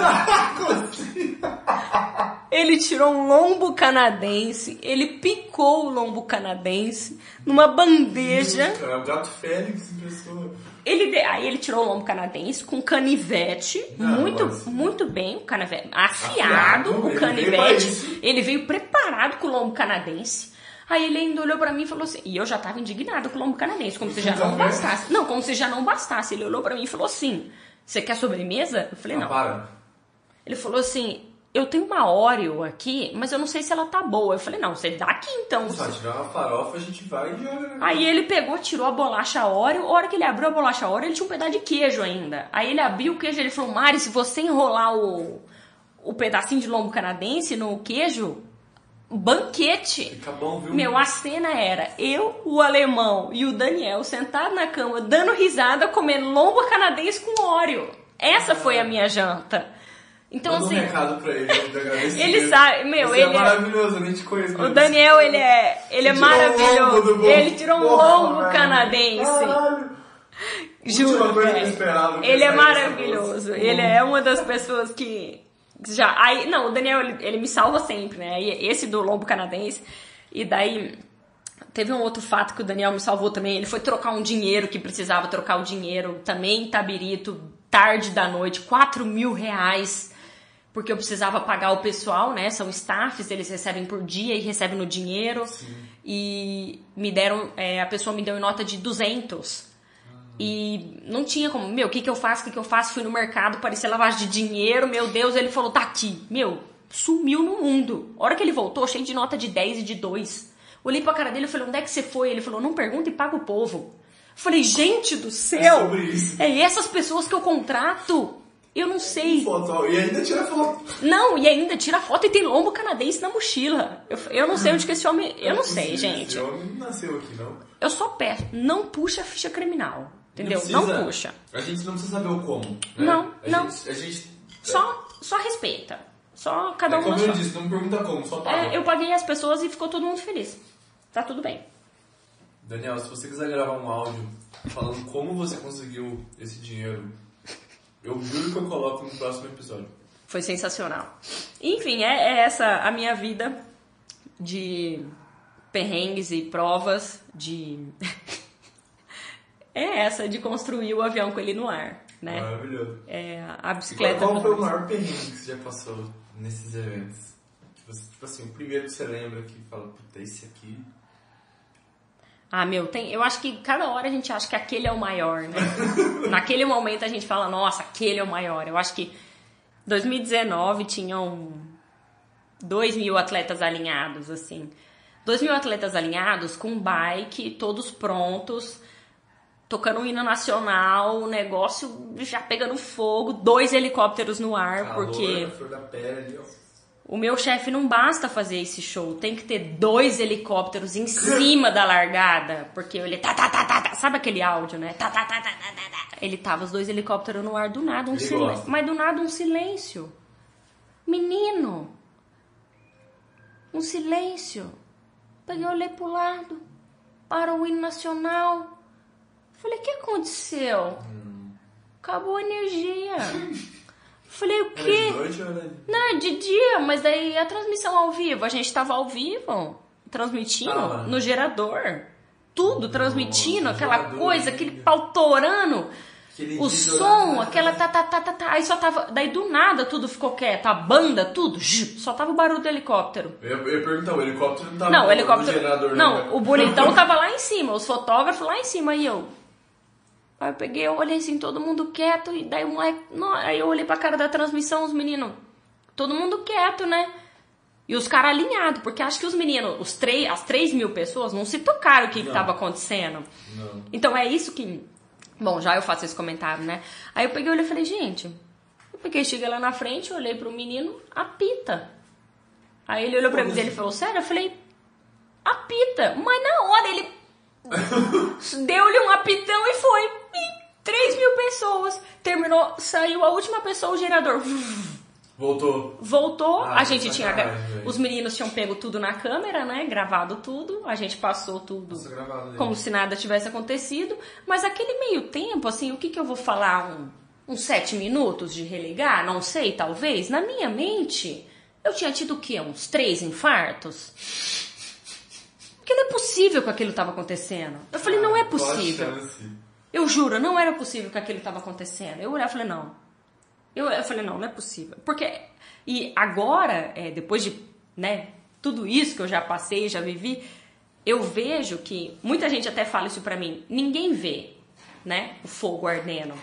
Ele tirou um lombo canadense. Ele picou o lombo canadense numa bandeja. É o gato Félix em pessoa. Ele, aí ele tirou o lombo canadense com canivete. Não, muito, muito bem, o canivete afiado, afiado o canivete. Ele, ele veio preparado com o lombo canadense. Aí ele ainda olhou pra mim e falou assim... E eu já tava indignada com o lombo canadense, como se já não bastasse. Não, como se já não bastasse. Ele olhou pra mim e falou assim... Você quer sobremesa? Eu falei, não. não. Para. Ele falou assim... Eu tenho uma Oreo aqui, mas eu não sei se ela tá boa. Eu falei, não, você dá aqui então. Se tiver uma farofa, a gente vai e joga. Aí ele pegou, tirou a bolacha Oreo. A hora que ele abriu a bolacha Oreo, ele tinha um pedaço de queijo ainda. Aí ele abriu o queijo e ele falou... Mari, se você enrolar o, o pedacinho de lombo canadense no queijo... Banquete. Fica bom, viu? Meu, a cena era eu, o alemão e o Daniel sentados na cama, dando risada, comendo lombo canadense com Oreo. Essa ah, foi a minha janta. Então, manda assim... um recado pra ele. Ele sabe... Meu, Você ele é maravilhoso, eu nem te conheço. O Daniel, ele é... Ele é maravilhoso. Um ele tirou um lombo canadense. Caralho. Juro, velho. Ele é maravilhoso. Ele é uma das pessoas que... Já, aí, não, o Daniel, ele, ele me salva sempre, né? E esse do lombo canadense. E daí, teve um outro fato que o Daniel me salvou também. Ele foi trocar um dinheiro, que precisava trocar o dinheiro. Também em Itabirito, tarde da noite, quatro mil reais. Porque eu precisava pagar o pessoal, né? São staffs, eles recebem por dia e recebem no dinheiro. Sim. E me deram, é, a pessoa me deu em nota de duzentos. E não tinha como, meu, o que que eu faço, o que que eu faço? Fui no mercado, parecia lavagem de dinheiro, meu Deus, ele falou, tá aqui. Meu, sumiu no mundo. A hora que ele voltou, cheio de nota de dez e de dois. Olhei pra cara dele e falei, onde é que você foi? Ele falou, não pergunta e paga o povo. Eu falei, gente do céu, é sobre isso. É essas pessoas que eu contrato. Eu não sei. Foto, e ainda tira foto. Não, e ainda tira foto e tem lombo canadense na mochila. Eu, eu não sei onde que esse homem... Eu não sei, gente. Esse homem não nasceu aqui, não. Eu só peço, não puxa a ficha criminal. Entendeu? Não, não puxa. A gente não precisa saber o como. Né? Não, a não. Gente, a gente... Só, só respeita. Só cada um... É como eu disse, não me pergunta como, só paga. É, eu paguei as pessoas e ficou todo mundo feliz. Tá tudo bem. Daniel, se você quiser gravar um áudio falando como você conseguiu esse dinheiro, eu juro que eu coloco no próximo episódio. Foi sensacional. Enfim, é, é essa a minha vida de perrengues e provas de... é essa de construir o avião com ele no ar, né? Maravilhoso. É, a bicicleta... E qual, qual foi o maior perrengue que você já passou nesses eventos? Tipo, tipo assim, o primeiro que você lembra que fala, puta, esse aqui... Ah, meu, tem, eu acho que cada hora a gente acha que aquele é o maior, né? Naquele momento a gente fala, nossa, aquele é o maior. Eu acho que dois mil e dezenove tinham dois mil atletas alinhados, assim. dois mil atletas alinhados com bike, todos prontos, tocando um hino nacional, o negócio já pegando fogo, dois helicópteros no ar, calor, porque... flor da pele, ó. O meu chefe não basta fazer esse show, tem que ter dois helicópteros em cima da largada, porque ele tá, tá, tá, tá, tá, sabe aquele áudio, né? Tá, tá, tá, tá, tá, tá. Ele tava os dois helicópteros no ar do nada, um silêncio, mas do nada um silêncio. Menino, um silêncio. Peguei, olhei pro lado, para o hino nacional. Falei, o que aconteceu? Hum. Acabou a energia. Falei, o quê? Era de noite ou era de... Não, é de dia, mas daí a transmissão ao vivo. A gente tava ao vivo, transmitindo ah, no gerador. Tudo transmitindo, nossa, aquela gerador, coisa, aquele pau torando. O som, né? aquela tá, tá, tá, tá, tá. Aí só tava... Daí do nada tudo ficou quieto. A banda, tudo. Só tava o barulho do helicóptero. Eu, eu ia perguntar, o helicóptero não tava não, no, o helicóptero, no gerador, não, né? o bonitão tava lá em cima. Os fotógrafos lá em cima. Aí eu... Aí eu peguei, eu olhei assim, todo mundo quieto, e daí o moleque... Não, aí eu olhei pra cara da transmissão, os meninos, todo mundo quieto, né? E os caras alinhados, porque acho que os meninos, os três, as três mil pessoas, não se tocaram o que estava acontecendo. Não. Então é isso que... Bom, já eu faço esse comentário, né? Aí eu peguei, olhei e falei, gente... Eu peguei, cheguei lá na frente, olhei pro menino, apita. Aí ele olhou pra mim e ele falou, sério? Eu falei, apita. Mas na hora ele... deu-lhe um apitão e foi. E três mil pessoas. Terminou, saiu a última pessoa, o gerador. Voltou. Voltou. Ah, a gente tinha. caralho, os meninos tinham pego tudo na câmera, né? Gravado tudo. A gente passou tudo Nossa, gravado, como se nada tivesse acontecido. Mas aquele meio tempo, assim, o que, que eu vou falar? Um, uns sete minutos de religar? Não sei, talvez. Na minha mente, eu tinha tido o quê? Uns três infartos? Porque não é possível que aquilo estava acontecendo. Eu falei, não é possível. Eu juro, não era possível que aquilo estava acontecendo. Eu olhei e falei, não. Eu, eu falei, não, não é possível. Porque, e agora, é, depois de, né, tudo isso que eu já passei, já vivi, eu vejo que, muita gente até fala isso pra mim, ninguém vê, né, o fogo ardendo.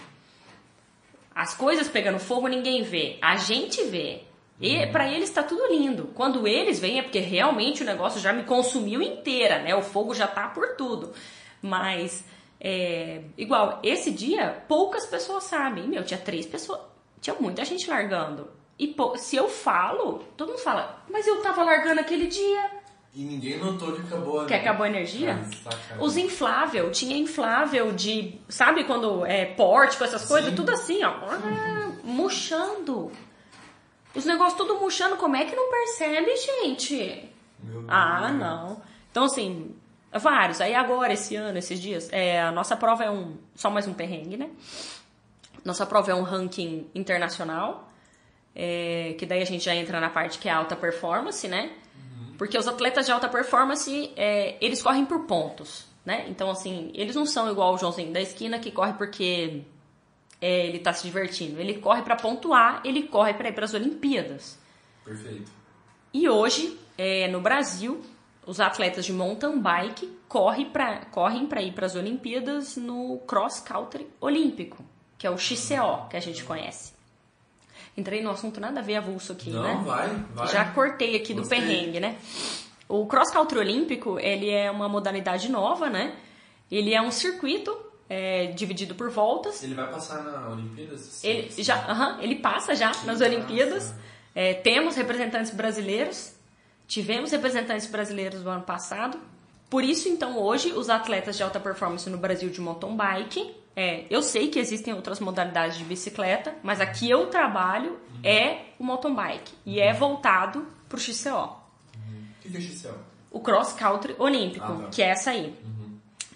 As coisas pegando fogo, ninguém vê. A gente vê. E para eles tá tudo lindo. Quando eles vêm é porque realmente o negócio já me consumiu inteira, né? O fogo já tá por tudo. Mas, é, igual, esse dia, poucas pessoas sabem. Meu, tinha três pessoas, tinha muita gente largando. E pô, se eu falo, todo mundo fala, mas eu tava largando aquele dia. E ninguém notou que acabou a Que acabou a energia? Ah, os inflável, tinha inflável de, sabe quando é pórtico, essas coisas, sim. Tudo assim, ó, murchando. Os negócios tudo murchando, como é que não percebe, gente? Meu ah, Deus. não. Então, assim, vários. Aí agora, esse ano, esses dias, é, a nossa prova é um, só mais um perrengue, né? Nossa prova é um ranking internacional, é, que daí a gente já entra na parte que é alta performance, né? Uhum. Porque os atletas de alta performance, é, eles correm por pontos, né? Então, assim, eles não são igual o Joãozinho da esquina, que corre porque... É, ele tá se divertindo. Ele corre para pontuar, ele corre para ir para as Olimpíadas. Perfeito. E hoje, é, no Brasil, os atletas de mountain bike correm para correm para ir para as Olimpíadas no cross country olímpico, que é o X C O, que a gente conhece. Entrei no assunto nada a ver avulso aqui, Não, né? Não, vai, vai. Já cortei aqui Gostei. do perrengue, né? O cross country olímpico, ele é uma modalidade nova, né? Ele é um circuito é dividido por voltas. Ele vai passar na Olimpíadas? Sim, Ele, sim. já, uh-huh, ele passa já Que nas massa. Olimpíadas. É, temos representantes brasileiros. Tivemos representantes brasileiros no ano passado. Por isso, então, hoje, os atletas de alta performance no Brasil de mountain bike, é, eu sei que existem outras modalidades de bicicleta, mas aqui eu trabalho uhum. é o mountain bike. E é voltado para o X C O. Uhum. O que é X C O? O Cross Country Olímpico, ah, tá. que é essa aí. Uhum.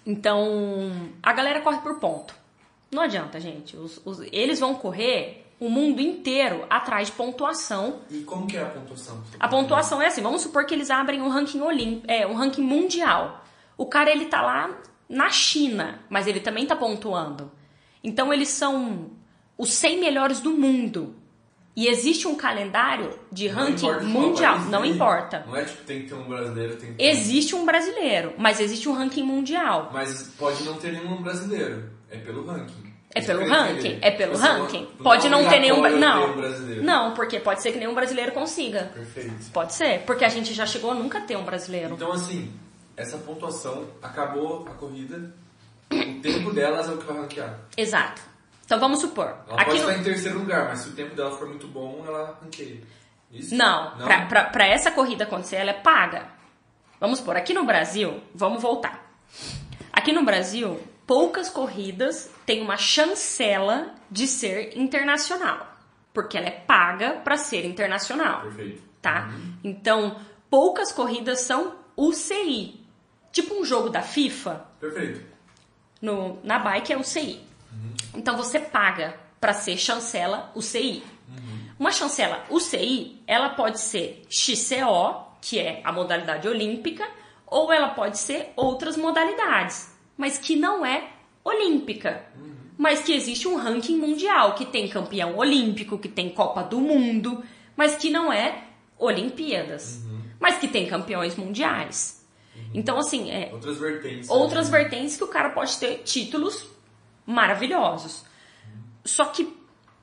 Então, a galera corre por ponto. Não adianta, gente. Os, os, eles vão correr o mundo inteiro atrás de pontuação. E como que é a pontuação? A pontuação é assim, vamos supor que eles abrem um ranking olimp... é, um ranking mundial. O cara, ele tá lá na China, mas ele também tá pontuando. Então, eles são os cem melhores do mundo. E existe um calendário de não ranking mundial. Não dele. importa. Não é tipo, tem que ter um brasileiro, tem que ter... Existe um brasileiro, mas existe um ranking mundial. Mas pode não ter nenhum brasileiro. É pelo ranking. É pelo ranking, é pelo Você ranking. Não, pode não ter nenhum, não. Um brasileiro. Não, porque pode ser que nenhum brasileiro consiga. Perfeito. Pode ser, porque a gente já chegou a nunca ter um brasileiro. Então assim, essa pontuação acabou a corrida, o tempo delas é o que vai ranquear. Exato. Então vamos supor. Ela aqui pode no... estar em terceiro lugar, mas se o tempo dela for muito bom, ela ranqueia. Isso? Não, não? Pra, pra, pra essa corrida acontecer, ela é paga. Vamos supor, aqui no Brasil, vamos voltar. Aqui no Brasil, poucas corridas têm uma chancela de ser internacional. Porque ela é paga para ser internacional. Perfeito. Tá? Uhum. Então, poucas corridas são U C I. Tipo um jogo da FIFA. Perfeito. No, na bike é U C I. Uhum. Então, você paga para ser chancela U C I. Uhum. Uma chancela U C I, ela pode ser X C O, que é a modalidade olímpica, ou ela pode ser outras modalidades, mas que não é olímpica. Uhum. Mas que existe um ranking mundial, que tem campeão olímpico, que tem Copa do Mundo, mas que não é Olimpíadas. Uhum. Mas que tem campeões mundiais. Uhum. Então, assim, é... Outras vertentes. Outras né? vertentes que o cara pode ter títulos maravilhosos. Uhum. Só que,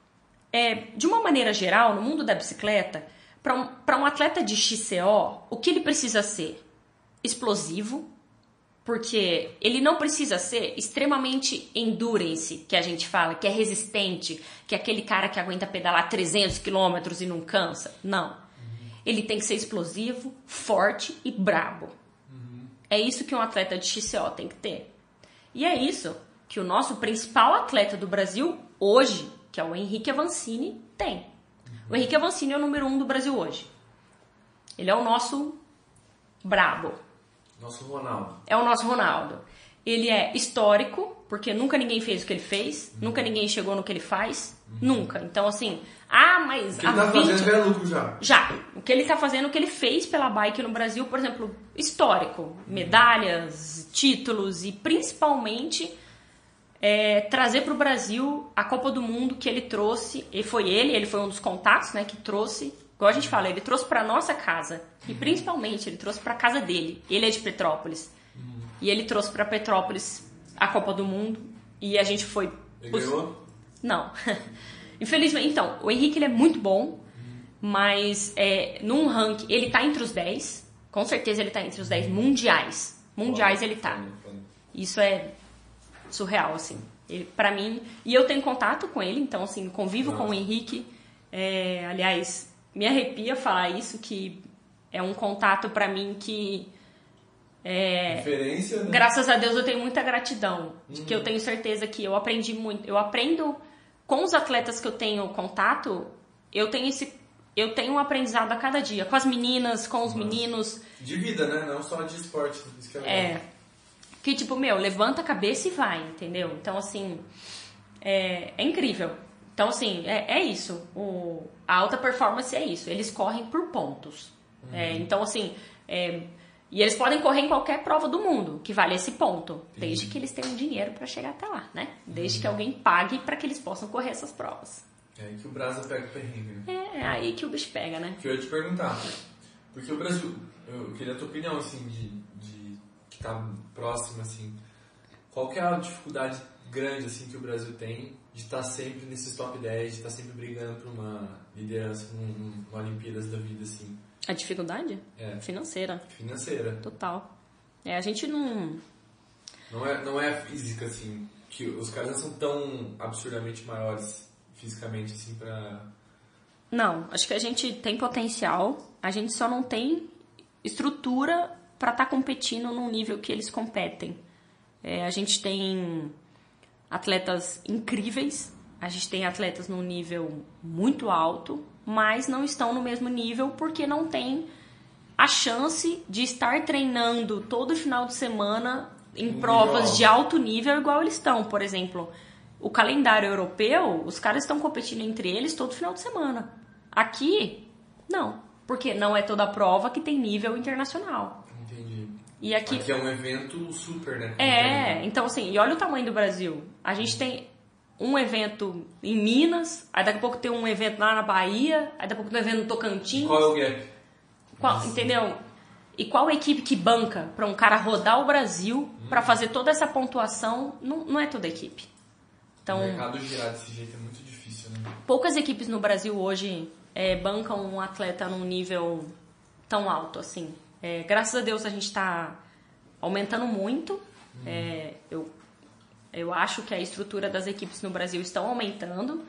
é, de uma maneira geral, no mundo da bicicleta, para um, para um atleta de X C O, o que ele precisa ser? Explosivo, porque ele não precisa ser extremamente endurance, que a gente fala, que é resistente, que é aquele cara que aguenta pedalar trezentos quilômetros e não cansa. Não. Uhum. Ele tem que ser explosivo, forte e brabo. Uhum. É isso que um atleta de X C O tem que ter. E é isso que o nosso principal atleta do Brasil hoje, que é o Henrique Avancini, tem. Uhum. O Henrique Avancini é o número um do Brasil hoje. Ele é o nosso brabo. Nosso Ronaldo. É o nosso Ronaldo. Ele é histórico, porque nunca ninguém fez o que ele fez, uhum. nunca ninguém chegou no que ele faz, uhum. nunca. Então, assim, ah, mas... O que ele tá vinte... fazendo é lucro já. Já. O que ele tá fazendo, o que ele fez pela bike no Brasil, por exemplo, histórico. Uhum. Medalhas, títulos e, principalmente, é, trazer pro Brasil a Copa do Mundo que ele trouxe. E foi ele, ele foi um dos contatos, né, que trouxe... Igual a gente fala, ele trouxe pra nossa casa. E principalmente, ele trouxe pra casa dele. Ele é de Petrópolis. Uhum. E ele trouxe pra Petrópolis a Copa do Mundo. E a gente foi... Ele ganhou? Não. Infelizmente. Então, o Henrique ele é muito bom. Uhum. Mas é, num ranking, ele tá entre os dez. Com certeza ele tá entre os dez mundiais. Mundiais ele tá. Isso é surreal, assim. Ele, pra mim... E eu tenho contato com ele. Então, assim, convivo Nossa. com o Henrique. É, aliás... Me arrepia falar isso, que é um contato pra mim que... É, Referência, né? Graças a Deus eu tenho muita gratidão. De uhum. que eu tenho certeza que eu aprendi muito. Eu aprendo com os atletas que eu tenho contato, eu tenho esse... Eu tenho um aprendizado a cada dia. Com as meninas, com os Nossa. meninos. De vida, né? Não só de esporte. Isso que é legal. É. Que tipo, meu, levanta a cabeça e vai, entendeu? Então, assim... É, é incrível. Então, assim, é, é isso. O, a alta performance é isso. Eles correm por pontos. Uhum. É, então, assim... É, e eles podem correr em qualquer prova do mundo, que vale esse ponto. Sim. Desde que eles tenham dinheiro para chegar até lá, né? Desde uhum. que alguém pague para que eles possam correr essas provas. É aí que o Brasa pega o perrengue, né? É, é aí que o bicho pega, né? Que eu ia te perguntar. Porque o Brasil... Eu queria a tua opinião, assim, de... de que tá próximo, assim... Qual que é a dificuldade grande, assim, que o Brasil tem... de estar sempre nesses top dez, de estar sempre brigando por uma liderança, numa Olimpíadas da vida, assim. A dificuldade? É. Financeira. Financeira. Total. É, a gente não... Não é, não é física, assim. que os caras não são tão absurdamente maiores fisicamente, assim, pra... Não, acho que a gente tem potencial, a gente só não tem estrutura para estar tá competindo no nível que eles competem. É, a gente tem atletas incríveis, a gente tem atletas num nível muito alto, mas não estão no mesmo nível porque não tem a chance de estar treinando todo final de semana em um provas nível. de alto nível igual eles estão. Por exemplo, o calendário europeu, os caras estão competindo entre eles todo final de semana. Aqui, não, porque não é toda prova que tem nível internacional. Entendi. E aqui, aqui é um evento super, né? É, tem... então assim, e olha o tamanho do Brasil. A gente tem um evento em Minas, aí daqui a pouco tem um evento lá na Bahia, aí daqui a pouco tem um evento no Tocantins. Qual é o gap? Qual, entendeu? E qual a equipe que banca para um cara rodar o Brasil hum. para fazer toda essa pontuação? Não, não é toda a equipe. Então, o mercado girar desse jeito é muito difícil, né? Poucas equipes no Brasil hoje é, bancam um atleta num nível tão alto assim. É, graças a Deus a gente está aumentando muito. Hum. É, eu, eu acho que a estrutura das equipes no Brasil estão aumentando,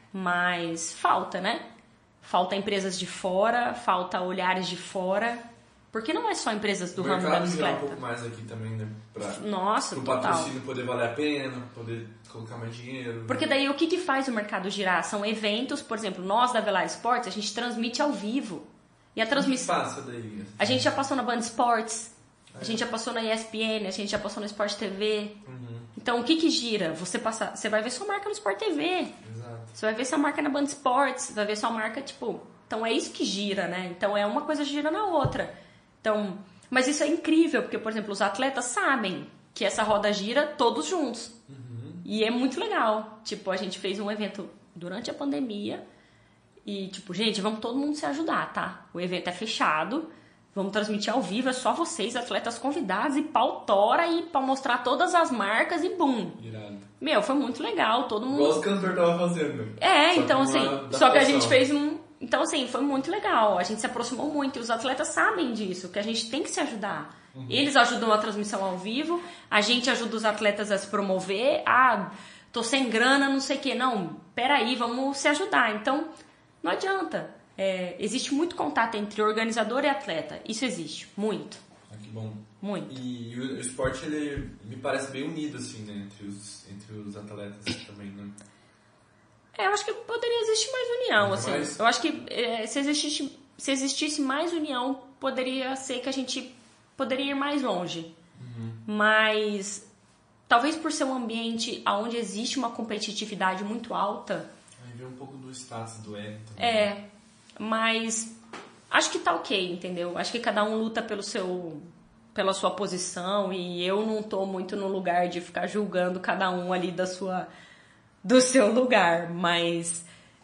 mas falta, né? Falta empresas de fora, falta olhares de fora, porque não é só empresas do ramo da bicicleta. Um pouco mais aqui também, né? Pra, Nossa, pro total. patrocínio poder valer a pena, poder colocar mais dinheiro. Porque daí o que, que faz o mercado girar? São eventos, por exemplo, nós da Velar Sports, a gente transmite ao vivo. E a transmissão... passa daí? A gente já passou na Band Sports, é. a gente já passou na E S P N, a gente já passou na Sport T V. Uhum. Então o que que gira? Você, passa, você vai ver sua marca no Sport T V. Exato. Você vai ver sua marca na Band Sports, vai ver sua marca, tipo... Então é isso que gira, né? Então é uma coisa gira na outra. Então, mas isso é incrível, porque, por exemplo, os atletas sabem que essa roda gira todos juntos. Uhum. E é muito legal. Tipo, a gente fez um evento durante a pandemia e, tipo, gente, vamos todo mundo se ajudar, tá? O evento é fechado, vamos transmitir ao vivo, é só vocês, atletas convidados, e pau tora, e pra mostrar todas as marcas, e bum! Irado. Meu, foi muito legal, todo mundo... Igual os cantores estavam fazendo. É, só então, assim, só que a gente fez um... Então, assim, foi muito legal. A gente se aproximou muito. E os atletas sabem disso, que a gente tem que se ajudar. Uhum. Eles ajudam a transmissão ao vivo, a gente ajuda os atletas a se promover. Ah, tô sem grana, não sei o quê. Não, peraí, vamos se ajudar. Então, não adianta. É, existe muito contato entre organizador e atleta. Isso existe, muito. Ah, que bom. Muito. E o, o esporte, ele me parece bem unido, assim, né? Entre os, entre os atletas também, né? É, eu acho que poderia existir mais união, Muito assim. mais? Eu acho que é, se, existisse, se existisse mais união, poderia ser que a gente poderia ir mais longe. Uhum. Mas, talvez por ser um ambiente onde existe uma competitividade muito alta... Aí vem um pouco do status do ego também. É, mas acho que tá ok, entendeu? Acho que cada um luta pelo seu, pela sua posição e eu não tô muito no lugar de ficar julgando cada um ali da sua... do seu lugar, mas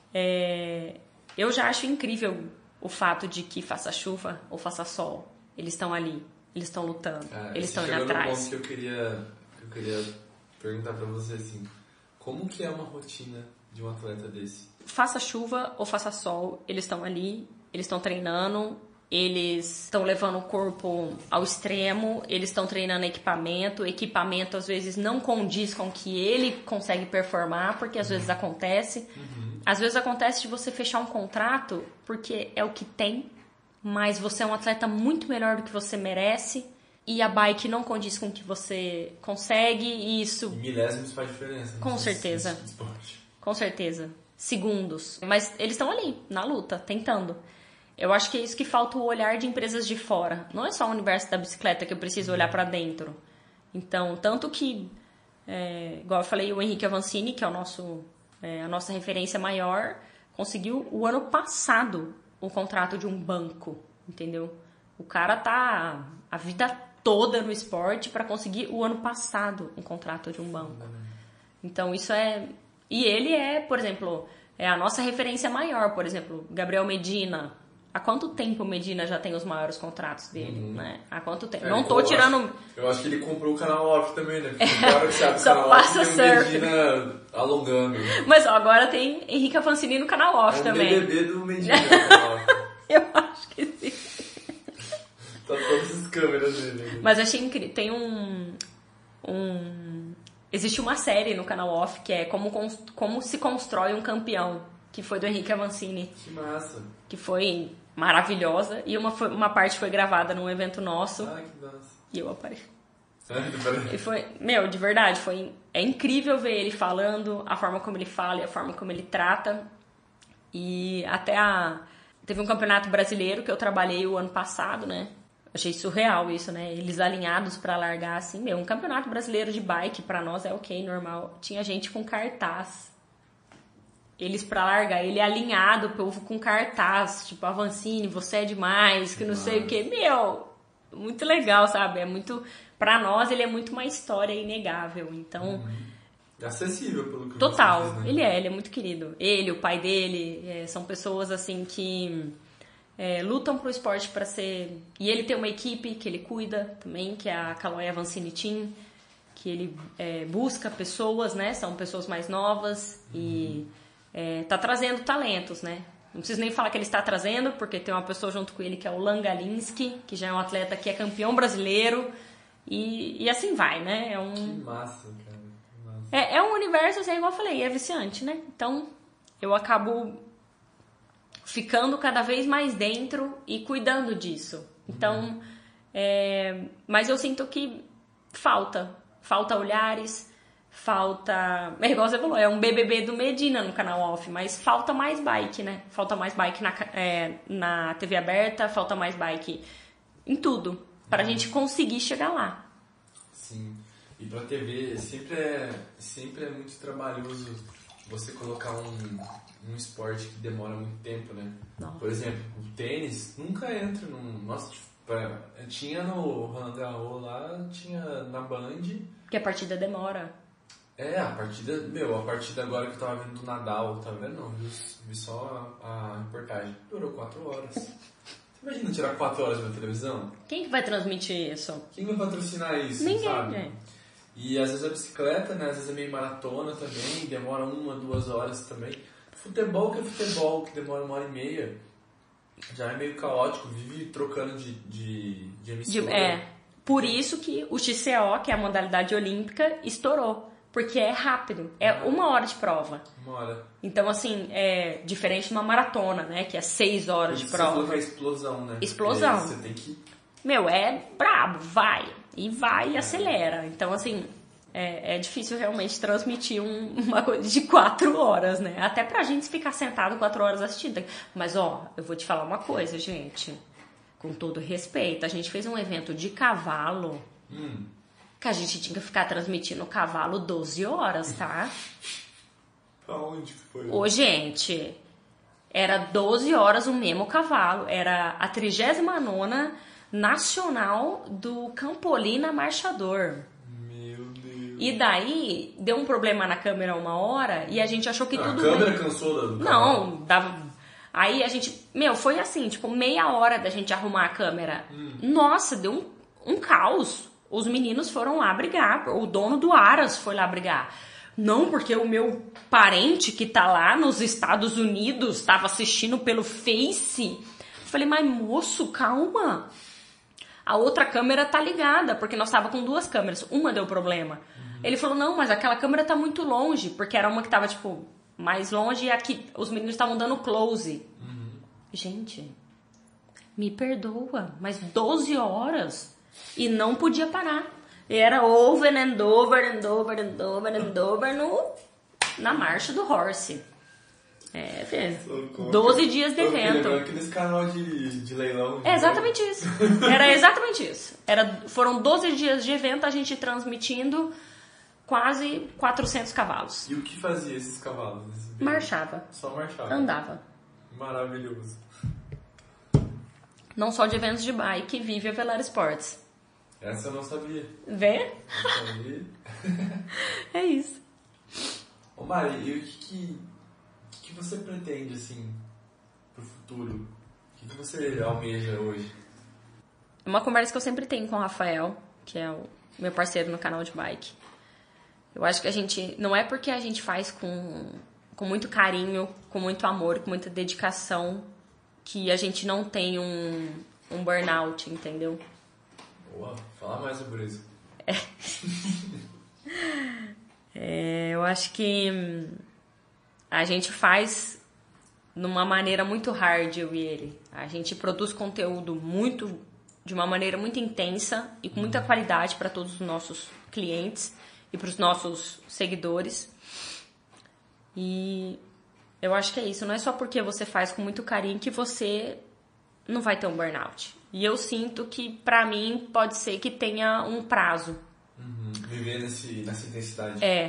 é, eu já acho incrível o fato de que faça chuva ou faça sol, eles estão ali, eles estão lutando, ah, eles estão indo atrás. atrás. Ponto que eu queria, que eu queria perguntar pra você assim, como que é uma rotina de um atleta desse? Faça chuva ou faça sol, eles estão ali, eles estão treinando, eles estão levando o corpo ao extremo, eles estão treinando equipamento, o equipamento às vezes não condiz com o que ele consegue performar, porque às vezes acontece. Uhum. Às vezes acontece de você fechar um contrato porque é o que tem, mas você é um atleta muito melhor do que você merece e a bike não condiz com o que você consegue e isso... E milésimos faz diferença. Com certeza. Com certeza. Segundos. Mas eles estão ali, na luta, tentando. Eu acho que é isso que falta, o olhar de empresas de fora. Não é só o universo da bicicleta que eu preciso olhar para dentro. Então, tanto que, é, igual eu falei, o Henrique Avancini, que é, o nosso, é a nossa referência maior, conseguiu o ano passado o contrato de um banco, entendeu? O cara tá a vida toda no esporte para conseguir o ano passado um contrato de um banco. Então, isso é... E ele é, por exemplo, é a nossa referência maior. Por exemplo, Gabriel Medina... Há quanto tempo o Medina já tem os maiores contratos dele, uhum. né? Há quanto tempo? É, não tô tirando... Acho, eu acho que ele comprou o canal off também, né? Porque agora que sabe o Só canal passa off, tem o Medina alongando. Mas ó, agora tem Henrique Avancini no canal off é também. É o B B B do Medina no canal off. Eu acho que sim. Tá todas as câmeras dele. Mas achei incrível. Tem um... um existe uma série no canal Off que é como, como se constrói um campeão, que foi do Henrique Avancini. Que massa. Que foi maravilhosa. E uma, foi, uma parte foi gravada num evento nosso. Ai, que massa. E eu apareci. E foi, meu, de verdade, foi, é incrível ver ele falando, a forma como ele fala e a forma como ele trata. E até a... Teve um campeonato brasileiro que eu trabalhei o ano passado, né? Achei surreal isso, né? Eles alinhados pra largar, assim, meu, um campeonato brasileiro de bike pra nós é ok, normal. Tinha gente com cartaz. Eles pra largar, ele alinhado, o povo com cartaz, tipo, Avancini, você é demais, que não sei o que. Meu, muito legal, sabe? É muito... Pra nós, ele é muito uma história inegável, então... Uhum. É acessível, pelo que Total, você diz, né? ele é, ele é muito querido. Ele, o pai dele, é, são pessoas, assim, que... É, lutam pro esporte para ser... E ele tem uma equipe que ele cuida também, que é a Caloi Avancini Team, que ele é, busca pessoas, né? São pessoas mais novas e é, tá trazendo talentos, né? Não preciso nem falar que ele está trazendo, porque tem uma pessoa junto com ele que é o Lan Galinski, que já é um atleta que é campeão brasileiro e, e assim vai, né? É um... Que massa, cara. Que massa. É, é um universo, assim, igual eu falei, é viciante, né? Então, eu acabo... ficando cada vez mais dentro e cuidando disso. Então, é, mas eu sinto que falta. Falta olhares, falta... É igual você falou, é um B B B do Medina no canal Off, mas falta mais bike, né? Falta mais bike na, é, na T V aberta, falta mais bike em tudo, pra Uhum. gente conseguir chegar lá. Sim. E pra T V sempre é, sempre é muito trabalhoso você colocar um... um esporte que demora muito tempo, né? Não. Por exemplo, o tênis nunca entra num... Nossa, tipo, pra... tinha no Roland Garros lá, tinha na Band. Porque a partida demora. É, a partida... Meu, a partida agora que eu tava vendo do Nadal, tava vendo? Não, vi, vi só a, a reportagem. Durou quatro horas. Você imagina tirar quatro horas da televisão? Quem que vai transmitir isso? Quem vai patrocinar isso, Ninguém, sabe? gente. E às vezes a bicicleta, né? Às vezes é meio maratona também, demora uma, duas horas também. Futebol que é futebol, que demora uma hora e meia, já é meio caótico, vive trocando de, de, de emissora. De- é, por isso que o X C O, que é a modalidade olímpica, estourou. Porque é rápido, é uma hora de prova. Uma hora. Então, assim, é diferente de uma maratona, né? Que é seis horas de Você falou prova. que é explosão, né? Explosão. Porque Você tem que... Meu, é brabo, vai. E vai e acelera. Então, assim, é, é difícil realmente transmitir um- uma coisa de quatro horas, né? Até pra gente ficar sentado quatro horas assistindo. Mas, ó, eu vou te falar uma coisa, gente. Com todo respeito, a gente fez um evento de cavalo Hum. que a gente tinha que ficar transmitindo o cavalo doze horas, tá? Pra onde que foi? Ô, gente, era doze horas o mesmo cavalo. Era a trigésima nona Nacional do Campolina Marchador. Meu Deus. E daí, deu um problema na câmera uma hora e a gente achou que Ah, tudo a câmera bem. cansou do Não, dava... Aí a gente... Meu, foi assim, tipo, meia hora da gente arrumar a câmera. Nossa, deu um, um caos. Os meninos foram lá brigar. O dono do Aras foi lá brigar. Não, porque o meu parente que tá lá nos Estados Unidos tava assistindo pelo Face. Eu falei, mas moço, calma. A outra câmera tá ligada, porque nós tava com duas câmeras. Uma deu problema. Ele falou, não, mas aquela câmera tá muito longe, porque era uma que tava, tipo, mais longe e aqui os meninos estavam dando close. Gente, me perdoa, mas doze horas e não podia parar. E era over and over and over and over and over no, na marcha do Horse. É, filho, doze dias de Eu fiquei evento. lembrando que nesse canal de, de leilão... de É exatamente isso. Era exatamente isso. Era, foram doze dias de evento, a gente transmitindo quase quatrocentos cavalos. E o que fazia esses cavalos? Nesse vídeo? Marchava, Só marchava. andava. Maravilhoso. Não só de eventos de bike, vive a Velar Sports. Essa eu não sabia. Vê? Não sabia. É isso. Ô Mari, e o que, que, que que você pretende, assim, pro futuro? O que, que você almeja hoje? Uma conversa que eu sempre tenho com o Rafael, que é o meu parceiro no canal de bike. Eu acho que a gente... Não é porque a gente faz com, com muito carinho, com muito amor, com muita dedicação, que a gente não tem um, um burnout, entendeu? Boa, fala mais sobre isso. É, eu acho que hum, a gente faz numa maneira muito hard, eu e ele. A gente produz conteúdo muito, de uma maneira muito intensa e com muita qualidade para todos os nossos clientes e para os nossos seguidores. E eu acho que é isso. Não é só porque você faz com muito carinho que você não vai ter um burnout. E eu sinto que, pra mim, pode ser que tenha um prazo. Uhum. Viver nesse, nessa intensidade. É.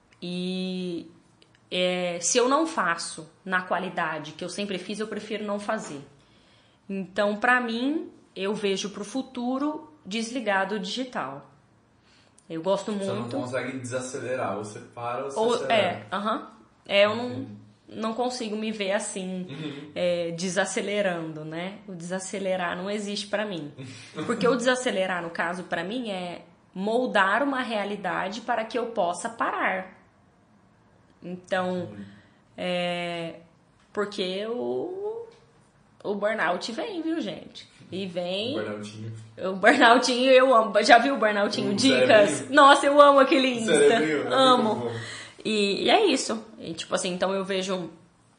E é, se eu não faço na qualidade que eu sempre fiz, eu prefiro não fazer. Então, pra mim, eu vejo pro futuro desligado o digital. Eu gosto você muito... Você não consegue desacelerar. Ou você para ou você ou, acelera. É, aham. Uh-huh. É, eu não... não consigo me ver assim, uhum. é, desacelerando, né? O desacelerar não existe pra mim. Porque o desacelerar, no caso, pra mim, é moldar uma realidade para que eu possa parar. Então, é, porque o, o burnout vem, viu, gente? E vem... O burnoutinho. O burnoutinho eu amo. Já viu o burnoutinho? O Dicas? cerebrinho. Nossa, eu amo aquele Insta. Cerebrinho, amo. E, e é isso. E, tipo assim, então eu vejo...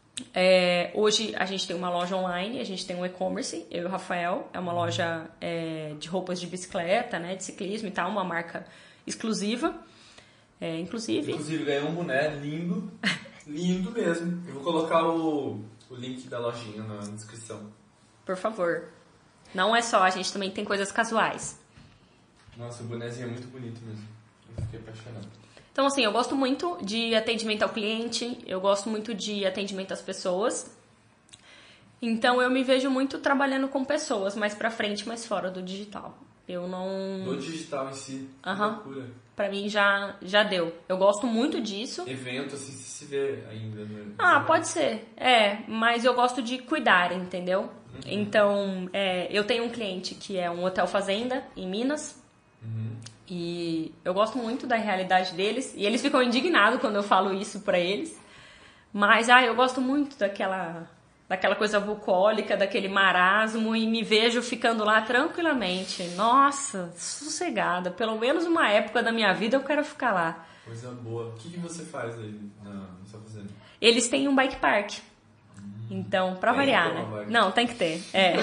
É, hoje a gente tem uma loja online, a gente tem um e-commerce, eu e o Rafael. É uma loja é, de roupas de bicicleta, né, de ciclismo e tal, uma marca exclusiva. É, inclusive... Inclusive ganhei um boné lindo, lindo mesmo. Eu vou colocar o, o link da lojinha na descrição. Por favor. Não é só, a gente também tem coisas casuais. Nossa, o bonézinho é muito bonito mesmo. Eu fiquei apaixonado. Então, assim, eu gosto muito de atendimento ao cliente, eu gosto muito de atendimento às pessoas. Então, eu me vejo muito trabalhando com pessoas, mais pra frente, mais fora do digital. Eu não... Do digital em si, uhum. que loucura. Pra mim, já, já deu. Eu gosto muito disso. Evento, assim, se vê ainda, né? Ah, pode ser. É, mas eu gosto de cuidar, entendeu? Uhum. Então, é, eu tenho um cliente que é um hotel fazenda, em Minas. Uhum. E eu gosto muito da realidade deles. E eles ficam indignados quando eu falo isso pra eles. Mas, ah, eu gosto muito daquela, daquela coisa bucólica, daquele marasmo. E me vejo ficando lá tranquilamente. Nossa, sossegada. Pelo menos uma época da minha vida eu quero ficar lá. Coisa boa. O que, que você faz aí na sua fazenda? Eles têm um bike park. Hum, então, pra variar, né? Bike. Não, tem que ter. É.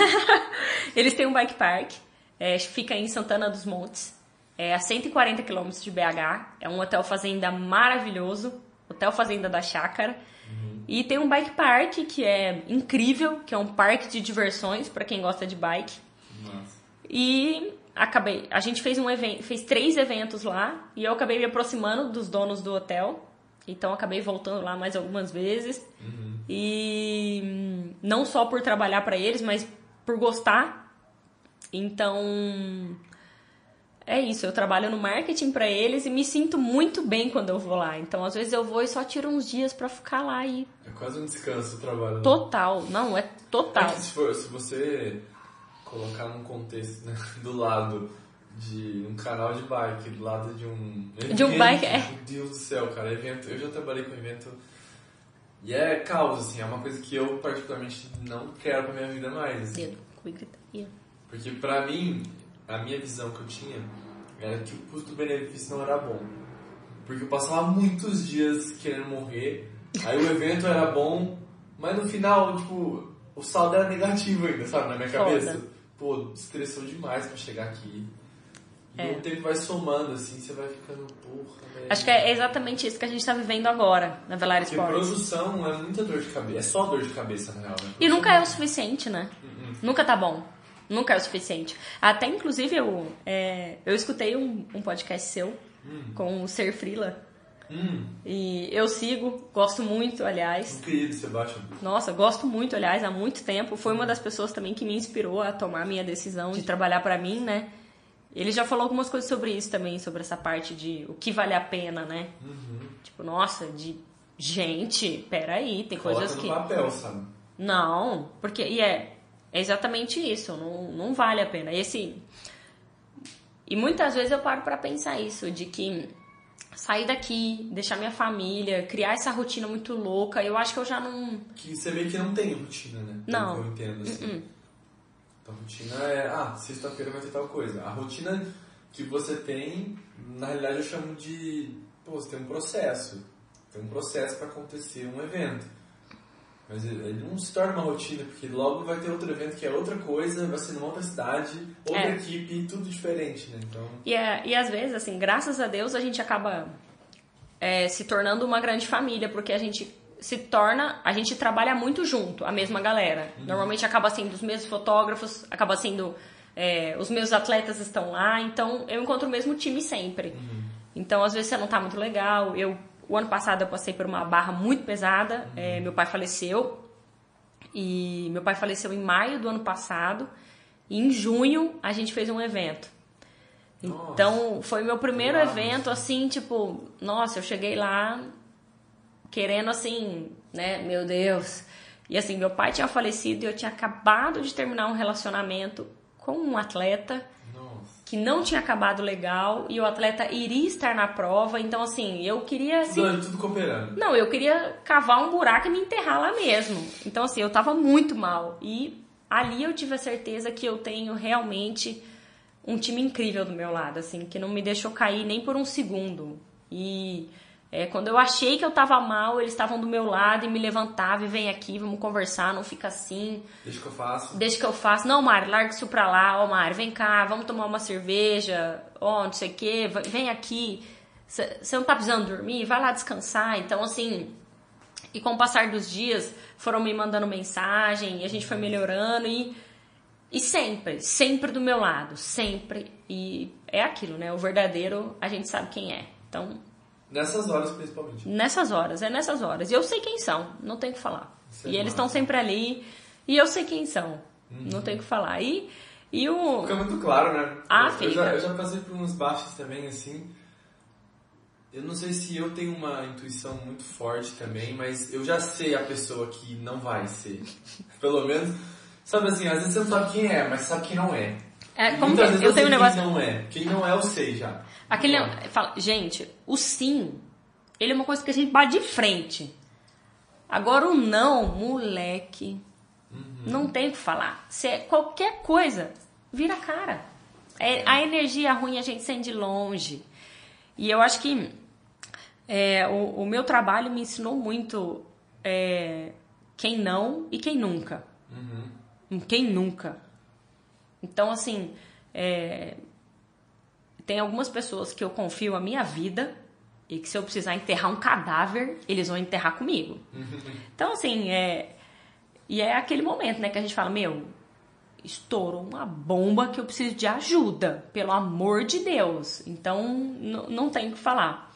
Eles têm um bike park. É, fica em Santana dos Montes. É a cento e quarenta quilômetros de B H, é um hotel fazenda maravilhoso, hotel fazenda da Chácara. Uhum. E tem um bike park que é incrível, que é um parque de diversões para quem gosta de bike. Nossa. E acabei, a gente fez um evento, fez três eventos lá e eu acabei me aproximando dos donos do hotel. Então acabei voltando lá mais algumas vezes. Uhum. E não só por trabalhar para eles, mas por gostar. Então, é isso, eu trabalho no marketing pra eles e me sinto muito bem quando eu vou lá. Então, às vezes eu vou e só tiro uns dias pra ficar lá e... É quase um descanso o trabalho. Né? Total, não, é total. É que se, for, se você colocar num contexto, né, do lado de um canal de bike, do lado de um evento, de um bike, é. Meu Deus do céu, cara, evento, eu já trabalhei com evento e é caos, assim, é uma coisa que eu particularmente não quero pra minha vida mais. Assim. Porque pra mim, a minha visão que eu tinha era que o custo-benefício não era bom. Porque eu passava muitos dias querendo morrer, aí o evento era bom, mas no final, tipo, o saldo era negativo ainda, sabe, na minha cabeça. Foda. Pô, estressou demais pra chegar aqui. E é. O tempo vai somando, assim, você vai ficando, porra, velho. Acho que é exatamente isso que a gente tá vivendo agora, na Velar Sports. Porque produção é muita dor de cabeça, é só dor de cabeça, na real. Né? E nunca é o suficiente, né? Uh-uh. Nunca tá bom. Nunca é o suficiente. Até, inclusive, eu, é, eu escutei um, um podcast seu hum. com o Ser Frila. Hum. E eu sigo, gosto muito, aliás. Um querido, Sebastião. Nossa, gosto muito, aliás, há muito tempo. Foi uma das pessoas também que me inspirou a tomar a minha decisão de trabalhar pra mim, né? Ele já falou algumas coisas sobre isso também, sobre essa parte de o que vale a pena, né? Uhum. Tipo, nossa, de gente, peraí, tem Coloca coisas no que... papel, sabe? Não, porque... E é... É exatamente isso, não, não vale a pena. E, assim, e muitas vezes eu paro pra pensar isso, de que sair daqui, deixar minha família, criar essa rotina muito louca, eu acho que eu já não... Que você meio que não tem rotina, né? Não. Eu entendo, assim. Uh-uh. A rotina é, ah, sexta-feira vai ter tal coisa. A rotina que você tem, na realidade eu chamo de pô, você tem um processo. Tem um processo para acontecer um evento. Mas ele não se torna uma rotina, porque logo vai ter outro evento que é outra coisa, vai ser numa outra cidade, outra é. equipe, tudo diferente, né? Então... E, é, e às vezes, assim, graças a Deus, a gente acaba é, se tornando uma grande família, porque a gente se torna, a gente trabalha muito junto, a mesma galera. Uhum. Normalmente acaba sendo os mesmos fotógrafos, acaba sendo é, os meus atletas estão lá, então eu encontro o mesmo time sempre. Uhum. Então, às vezes você não tá muito legal, eu... O ano passado eu passei por uma barra muito pesada, uhum. é, meu pai faleceu, e meu pai faleceu em maio do ano passado, e em junho a gente fez um evento. Nossa. Então, foi meu primeiro nossa. evento, assim, tipo, nossa, eu cheguei lá querendo, assim, né, meu Deus. E assim, meu pai tinha falecido e eu tinha acabado de terminar um relacionamento com um atleta, que não tinha acabado legal, e o atleta iria estar na prova, então assim, eu queria... Assim, tudo, tudo cooperando. Não, eu queria cavar um buraco e me enterrar lá mesmo. Então assim, eu tava muito mal. E ali eu tive a certeza que eu tenho realmente um time incrível do meu lado, assim, que não me deixou cair nem por um segundo. E é, quando eu achei que eu tava mal, eles estavam do meu lado e me levantavam e vem aqui, vamos conversar, não fica assim. Deixa que eu faço. Deixa que eu faço. Não, Mari, larga isso pra lá. Ó, Mari, vem cá, vamos tomar uma cerveja. Ó, não sei o quê, vem aqui. Você não tá precisando dormir? Vai lá descansar. Então, assim... E com o passar dos dias, foram me mandando mensagem, e a gente foi melhorando. E, e sempre, sempre do meu lado. Sempre. E é aquilo, né? O verdadeiro, a gente sabe quem é. Então... Nessas horas, principalmente. Nessas horas, é nessas horas. E eu sei quem são, não tem o que falar. Isso é e eles massa. estão sempre ali, e eu sei quem são, uhum. não tem o que falar. E, e o... Fica muito claro, né? Ah, eu, fica. Eu já, eu já passei por uns baixos também, assim. Eu não sei se eu tenho uma intuição muito forte também, mas eu já sei a pessoa que não vai ser. Pelo menos, sabe assim, às vezes você não sabe quem é, mas sabe quem não é. É, como que, eu tenho um negócio... Quem não é. Quem não é, eu sei já. Aquele, fala, gente, o sim, ele é uma coisa que a gente bate de frente. Agora o não, moleque, uhum. não tem o que falar. Se é qualquer coisa, vira a cara. É, a energia ruim a gente sente de longe. E eu acho que é, o, o meu trabalho me ensinou muito é, quem não e quem nunca. Uhum. Quem nunca. Então, assim... É, tem algumas pessoas que eu confio a minha vida e que se eu precisar enterrar um cadáver, eles vão enterrar comigo. Então, assim, é... E é aquele momento, né, que a gente fala, meu, estourou uma bomba que eu preciso de ajuda, pelo amor de Deus. Então, n- não tem o que falar.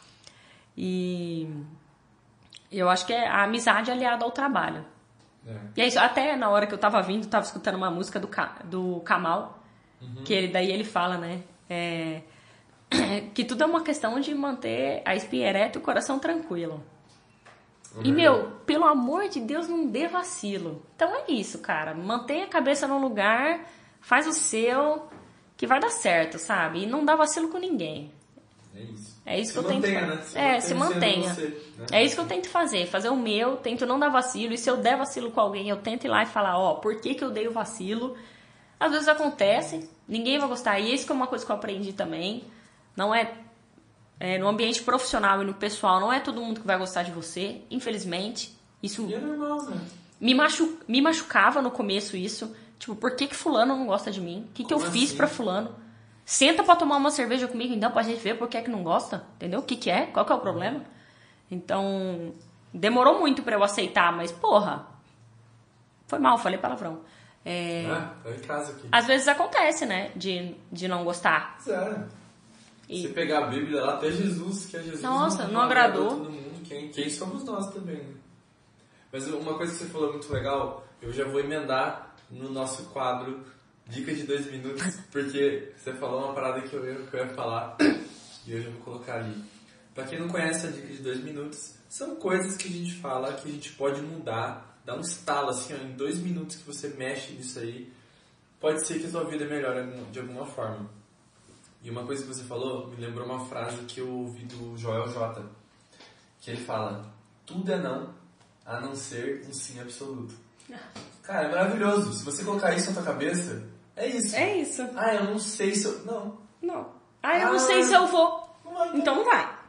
E eu acho que é a amizade aliada ao trabalho. É. E é isso, até na hora que eu tava vindo, tava escutando uma música do, Ka- do Kamal, uhum. que ele, daí ele fala, né, é... que tudo é uma questão de manter a espinha ereta e o coração tranquilo. Uhum. E, meu, pelo amor de Deus, não dê vacilo. Então é isso, cara. Mantenha a cabeça no lugar, faz o seu, que vai dar certo, sabe? E não dá vacilo com ninguém. É isso. É isso se que eu tento fazer. Né? Se é, se mantenha. Você, né? É isso que eu tento fazer. Fazer o meu, tento não dar vacilo. E se eu der vacilo com alguém, eu tento ir lá e falar, ó, por que que eu dei o vacilo? Às vezes acontece, ninguém vai gostar. E isso que é uma coisa que eu aprendi também. Não é, é, no ambiente profissional e no pessoal, não é todo mundo que vai gostar de você, infelizmente. Isso e é normal, né? me, machu, me machucava no começo isso. Tipo, por que que fulano não gosta de mim? O que que eu fiz assim? pra fulano? Senta pra tomar uma cerveja comigo, então, pra gente ver por que é que não gosta. Entendeu? O que que é? Qual que é o problema? Então, demorou muito pra eu aceitar, mas, porra, foi mal, falei palavrão. É, ah, tá em casa aqui. Às vezes acontece, né? De, de não gostar. Sério. E... Você pegar a Bíblia lá, até Jesus, que é Jesus. Nossa, não, não agradou. todo mundo. Quem, quem somos nós também, né? Mas uma coisa que você falou muito legal, eu já vou emendar no nosso quadro Dicas de dois minutos, porque você falou uma parada que eu, ia, que eu ia falar e eu já vou colocar ali. Pra quem não conhece a Dica de dois minutos, são coisas que a gente fala que a gente pode mudar. Dá um estalo assim, ó, em dois minutos que você mexe nisso aí, pode ser que a sua vida melhore de alguma forma. E uma coisa que você falou me lembrou uma frase que eu ouvi do Joel J. Que ele fala, tudo é não, a não ser um sim absoluto. Cara, é maravilhoso. Se você colocar isso na tua cabeça, é isso. É isso. Ah, eu não sei se eu... Não. Não. Ah, eu ah, não sei se eu vou. Não vai, então não vai.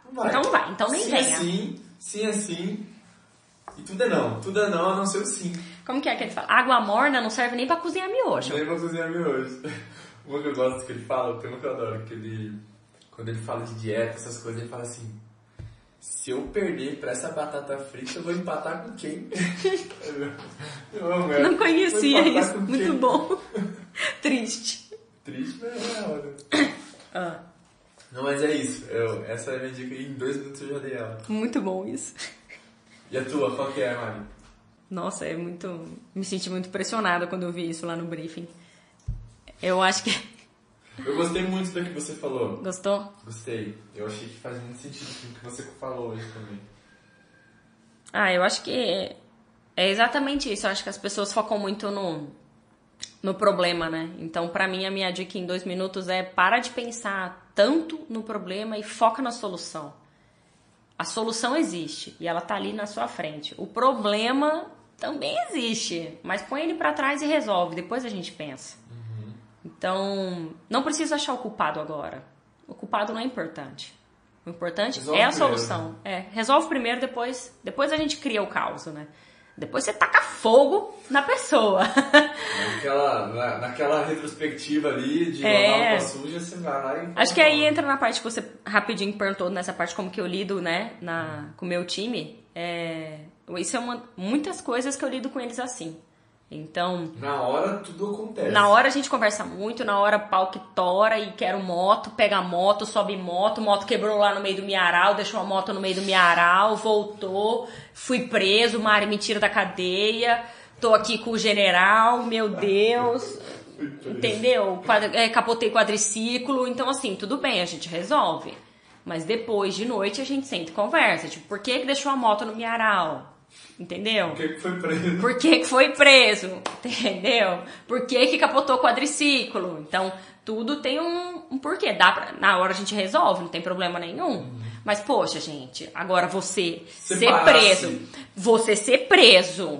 Vai. Então vai, então nem sim venha. É sim, sim é sim. E tudo é não. Tudo é não, a não ser o sim. Como que é que ele fala? Água morna não serve nem pra cozinhar miojo. Nem pra cozinhar miojo. Uma que eu gosto que ele fala, tem uma que eu adoro, que ele... Quando ele fala de dieta, essas coisas, ele fala assim... Se eu perder pra essa batata frita, eu vou empatar com quem? eu amo, é. Não conhecia isso. Muito quem? Bom. Triste. Triste, mas é a hora. Ah. Não, mas é isso. Eu, essa é a minha dica e em dois minutos eu já dei ela. Muito bom isso. E a tua, qual que é, Mari? Nossa, é muito... Me senti muito pressionada quando eu vi isso lá no briefing. Eu acho que... Eu gostei muito do que você falou. Gostou? Gostei. Eu achei que faz muito sentido com o que você falou hoje também. Ah, eu acho que é exatamente isso. Eu acho que as pessoas focam muito no, no problema, né? Então, pra mim, a minha dica em dois minutos é para de pensar tanto no problema e foca na solução. A solução existe e ela tá ali na sua frente. O problema também existe, mas põe ele pra trás e resolve. Depois a gente pensa. Então, não precisa achar o culpado agora. O culpado não é importante. O importante resolve é a primeiro, solução. né? É, resolve primeiro, depois, depois a gente cria o caos, né? Depois você taca fogo na pessoa. Naquela, na, naquela retrospectiva ali de É. lavar roupa suja, você vai lá e... Acho que aí entra na parte que você rapidinho perguntou, nessa parte como que eu lido, né, na, com o meu time. É, isso é uma, muitas coisas que eu lido com eles assim. Então... Na hora tudo acontece. Na hora a gente conversa muito, na hora pau que tora e quero moto, pega moto, sobe moto, moto quebrou lá no meio do miaral, deixou a moto no meio do miaral, voltou, fui preso, Mari me tira da cadeia, tô aqui com o general, meu Deus, entendeu? Quadri- é, capotei quadriciclo, então assim, tudo bem, a gente resolve. Mas depois de noite a gente senta e conversa, tipo, por que que deixou a moto no miaral? Entendeu? Por que que foi preso? Por que que foi preso? Entendeu? Por que que capotou o quadriciclo? Então, tudo tem um, um porquê. Dá pra, na hora a gente resolve, não tem problema nenhum. Uhum. Mas, poxa, gente, agora você Se ser parasse. preso, você ser preso,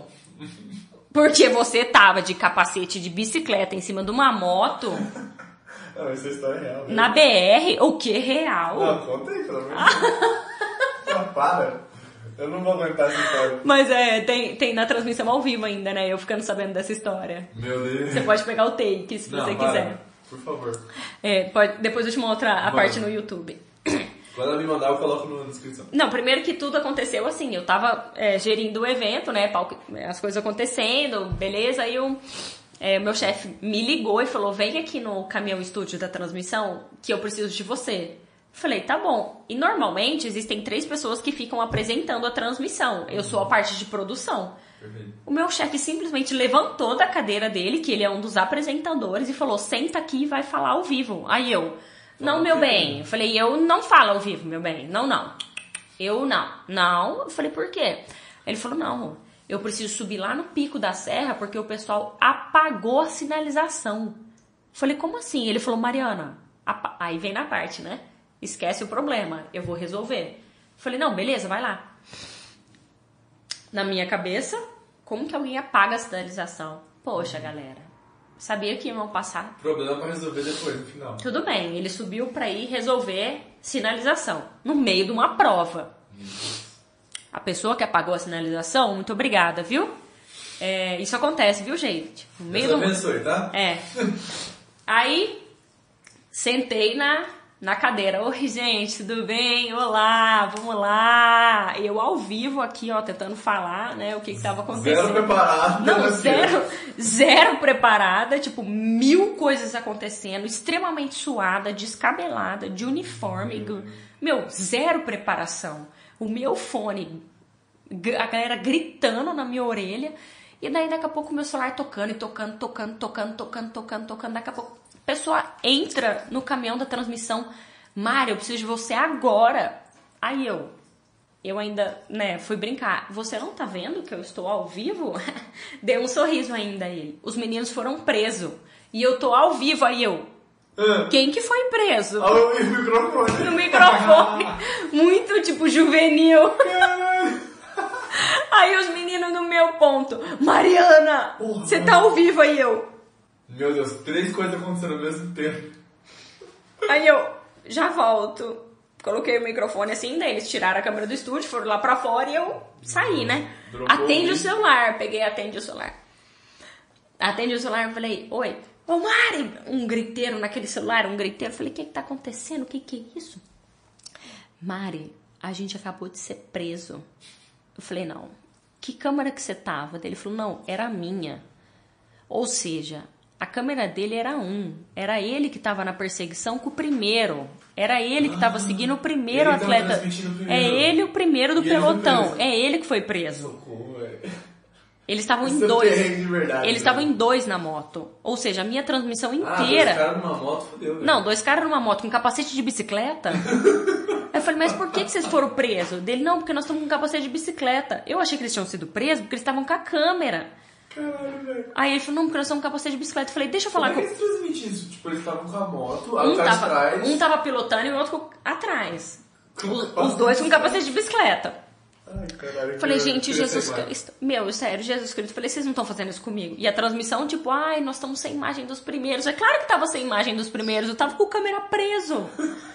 porque você tava de capacete de bicicleta em cima de uma moto... Não, essa história é real. Mesmo. Na B R, o que real? Não, conta aí, pelo amor de Deus. Não, para. Eu não vou aguentar essa história. Mas é, tem, tem na transmissão ao vivo ainda, né? Eu ficando sabendo dessa história. Meu Deus. Você pode pegar o take, se não, você para. quiser. Por favor. É, pode, depois eu te mostro a Mano. parte no YouTube. Quando ela me mandar, eu coloco na descrição. Não, primeiro que tudo aconteceu assim, eu tava é, gerindo o evento, né? As coisas acontecendo, beleza? Aí o é, meu chefe me ligou e falou, vem aqui no caminhão estúdio da transmissão que eu preciso de você. Falei, tá bom. E normalmente existem três pessoas que ficam apresentando a transmissão. Eu sou a parte de produção. Perfeito. O meu chefe simplesmente levantou da cadeira dele, que ele é um dos apresentadores, e falou, senta aqui e vai falar ao vivo. Aí eu, não, meu bem. Eu falei, eu não falo ao vivo, meu bem. Não, não. Eu não. Não. Eu falei, por quê? Ele falou, não, eu preciso subir lá no pico da serra porque o pessoal apagou a sinalização. Eu falei, como assim? Ele falou, Mariana, apa... aí vem na parte, né? Esquece o problema, eu vou resolver. Falei, não, beleza, vai lá. Na minha cabeça, como que alguém apaga a sinalização? Poxa, galera, sabia que iam passar? Problema pra resolver depois, no final. Tudo bem, ele subiu pra ir resolver sinalização, no meio de uma prova. A pessoa que apagou a sinalização, muito obrigada, viu? É, isso acontece, viu, gente? No meio Deus do... abençoe, tá? É. Aí, sentei na... Na cadeira, oi gente, tudo bem? Olá, vamos lá. Eu ao vivo aqui, ó, tentando falar, né, o que que tava acontecendo. Zero preparada. Não, zero, zero preparada, tipo, mil coisas acontecendo, extremamente suada, descabelada, de uniforme, meu, zero preparação. O meu fone, a galera gritando na minha orelha, e daí daqui a pouco o meu celular tocando e tocando, tocando, tocando, tocando, tocando, tocando, daqui a pouco a pessoa entra no caminhão da transmissão. Mário, eu preciso de você agora. Aí eu, eu ainda, né, fui brincar. Você não tá vendo que eu estou ao vivo? Deu um sorriso ainda aí. Os meninos foram presos. E eu tô ao vivo. Aí eu, Ah. quem que foi preso? Ao microfone. No microfone. Muito, tipo, juvenil. Caralho. Aí os meninos no meu ponto. Mariana, Porra, você mano. tá ao vivo? Aí eu... Meu Deus, três coisas acontecendo ao mesmo tempo. Aí eu, já volto. Coloquei o microfone assim, daí eles tiraram a câmera do estúdio, foram lá pra fora e eu saí, né? Dropou Atende o o celular, peguei atende o celular. Atende o celular, eu falei, oi, ô Mari, um griteiro naquele celular, um griteiro. Eu falei, o que que tá acontecendo? O que que é isso? Mari, a gente acabou de ser preso. Eu falei, não, que câmera que você tava? Ele falou, não, era a minha. Ou seja, a câmera dele era um. Era ele que tava na perseguição com o primeiro. Era ele que tava ah, seguindo o primeiro atleta. Primeiro. É ele o primeiro do e pelotão. É ele que foi preso. Socorro, velho. Eles estavam em dois. Eles estavam em dois na moto. Ou seja, a minha transmissão inteira. Ah, dois caras numa moto, fodeu, velho. Não, dois caras numa moto com capacete de bicicleta. Aí eu falei, mas por que, que vocês foram presos? Dele, não, porque nós estamos com capacete de bicicleta. Eu achei que eles tinham sido presos porque eles estavam com a câmera. Caralho, velho. Aí ele falou, não, porque nós estamos com capacete de bicicleta. Eu falei, deixa eu falar Como com... é que eles transmitem isso? Tipo, eles estavam com a moto, aí um o cara tava, atrás... Um tava pilotando e o outro atrás. O, os dois com capacete de bicicleta. Ai, caralho. Falei, gente, Jesus Cristo. Meu, sério, Jesus Cristo. Falei, vocês não estão fazendo isso comigo. E a transmissão, tipo, ai, nós estamos sem imagem dos primeiros. É claro que tava sem imagem dos primeiros. Eu tava com o câmera preso.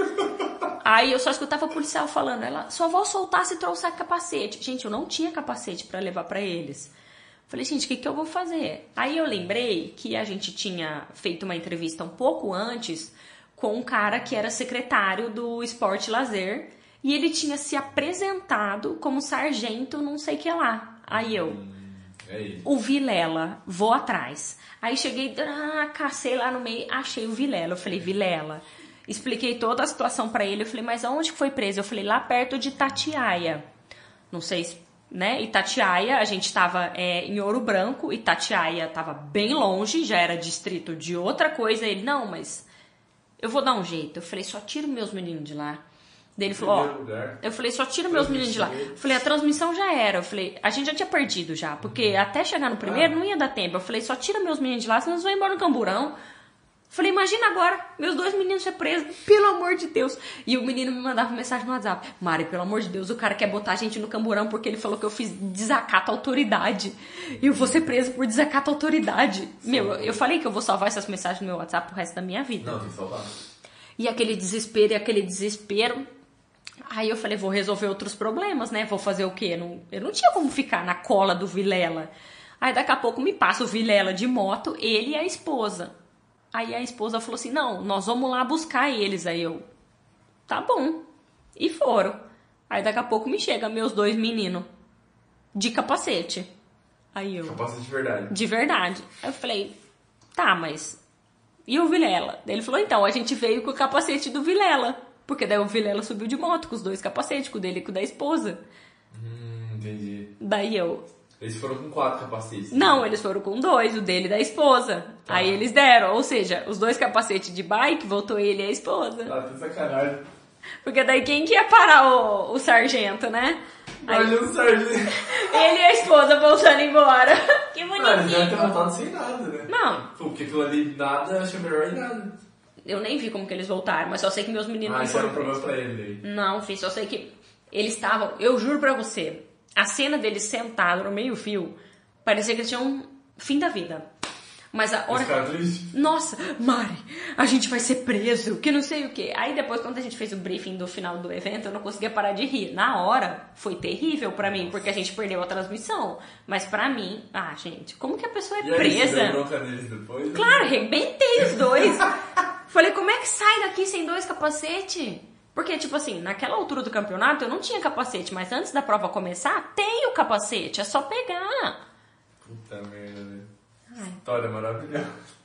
Aí eu só escutava o policial falando, ela só vou soltar se trouxer capacete. Gente, eu não tinha capacete pra levar pra eles. Falei, gente, o que, que eu vou fazer? Aí eu lembrei que a gente tinha feito uma entrevista um pouco antes com um cara que era secretário do Esporte e Lazer. E ele tinha se apresentado como sargento não sei o que lá. Aí eu, hum, é o Vilela, vou atrás. Aí cheguei, ah, cacei lá no meio, achei o Vilela. Eu falei, Vilela. Expliquei toda a situação pra ele. Eu falei, mas aonde que foi preso? Eu falei, lá perto de Itatiaia. Não sei se, né? Itatiaia, a gente tava é, em Ouro Branco. Itatiaia tava bem longe, já era distrito de outra coisa. Ele, não, mas eu vou dar um jeito. Eu falei, só tiro meus meninos de lá. Daí ele falou, ó, eu falei, só tira meus meninos de lá. Eu falei, a transmissão já era. Eu falei, a gente já tinha perdido já, porque até chegar no primeiro não ia dar tempo. Eu falei, só tira meus meninos de lá, senão eles vão embora no camburão. Eu falei, imagina agora, meus dois meninos ser presos, pelo amor de Deus. E o menino me mandava mensagem no WhatsApp, Mari, pelo amor de Deus, o cara quer botar a gente no camburão porque ele falou que eu fiz desacato à autoridade. E eu vou ser preso por desacato à autoridade. Meu, eu falei que eu vou salvar essas mensagens no meu WhatsApp pro resto da minha vida. Não, tem que salvar. E aquele desespero, e aquele desespero... Aí eu falei, vou resolver outros problemas, né? Vou fazer o quê? Não, eu não tinha como ficar na cola do Vilela. Aí daqui a pouco me passa o Vilela de moto, ele e a esposa. Aí a esposa falou assim, não, nós vamos lá buscar eles. Aí eu, tá bom. E foram. Aí daqui a pouco me chega meus dois meninos de capacete. Aí eu... Capacete de verdade. De verdade. Aí eu falei, tá, mas... E o Vilela? Daí ele falou, então, a gente veio com o capacete do Vilela. Porque daí o Vilela subiu de moto com os dois capacetes, com o dele e com o da esposa. Hum, entendi. Daí eu... Eles foram com quatro capacetes. Não, eles foram com dois, o dele e da esposa. Tá. Aí eles deram, ou seja, os dois capacetes de bike, voltou ele e a esposa. Ah, tá sacanagem. Porque daí quem que ia parar o, o sargento, né? Olha o sargento. Ele e a esposa voltando embora. Que bonitinho. Ah, eles devem ter voltado sem nada, né? Não. Porque aquilo ali, nada, achei melhor em nada. Eu nem vi como que eles voltaram, mas só sei que meus meninos ah, não foram. Ah, isso era um problema pra ele aí. Não, fiz, só sei que eles estavam... Eu juro pra você, a cena deles sentados no meio fio, parecia que eles tinham fim da vida. Mas a hora... Nossa, Mari, a gente vai ser preso, que não sei o quê. Aí depois, quando a gente fez o briefing do final do evento, eu não conseguia parar de rir. Na hora, foi terrível pra mim, porque a gente perdeu a transmissão. Mas pra mim, ah, gente, como que a pessoa é e aí, presa? Você deu bronca neles depois? Né? Claro, arrebentei os dois. Falei, como é que sai daqui sem dois capacetes? Porque, tipo assim, naquela altura do campeonato eu não tinha capacete, mas antes da prova começar, tem o capacete, é só pegar. Puta merda, velho. História maravilhosa.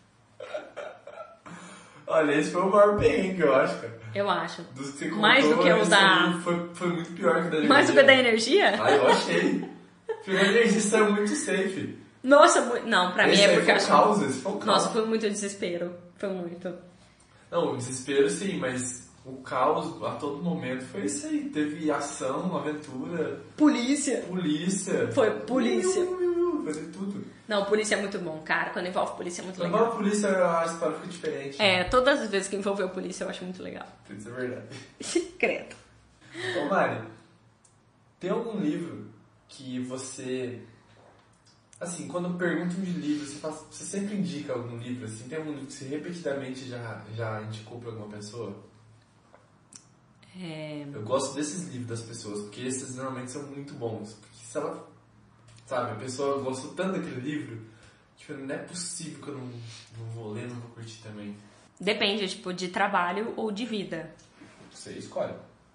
Olha, esse foi o maior perrengue, eu acho, cara. Eu acho. Dos que você mais contou, do que o da... Foi, foi muito pior que o da energia. Mais do que o da energia? Ah, eu achei. Porque a energia saiu muito safe. Nossa, não, pra esse mim é porque... Foi o caos, esse foi o caos. Nossa, foi muito desespero. Foi muito. Não, o desespero sim, mas o caos a todo momento foi isso aí. Teve ação, aventura. Polícia. Polícia. Foi polícia. Iu, iu, iu, fazer tudo. Não, polícia é muito bom, cara. Quando envolve polícia é muito legal. Quando envolve polícia, a história fica diferente. É, todas as vezes que envolveu polícia eu acho muito legal. Isso é verdade. Credo. Ô Mari, tem algum livro que você... Assim, quando perguntam de livro, você, faz, você sempre indica algum livro, assim? Tem algum livro que você repetidamente já, já indicou pra alguma pessoa? É... Eu gosto desses livros das pessoas, porque esses normalmente são muito bons. Porque se ela, sabe, a pessoa gostou tanto daquele livro, tipo, não é possível que eu não, não vou ler, não vou curtir também. Depende, tipo, de trabalho ou de vida. Você escolhe.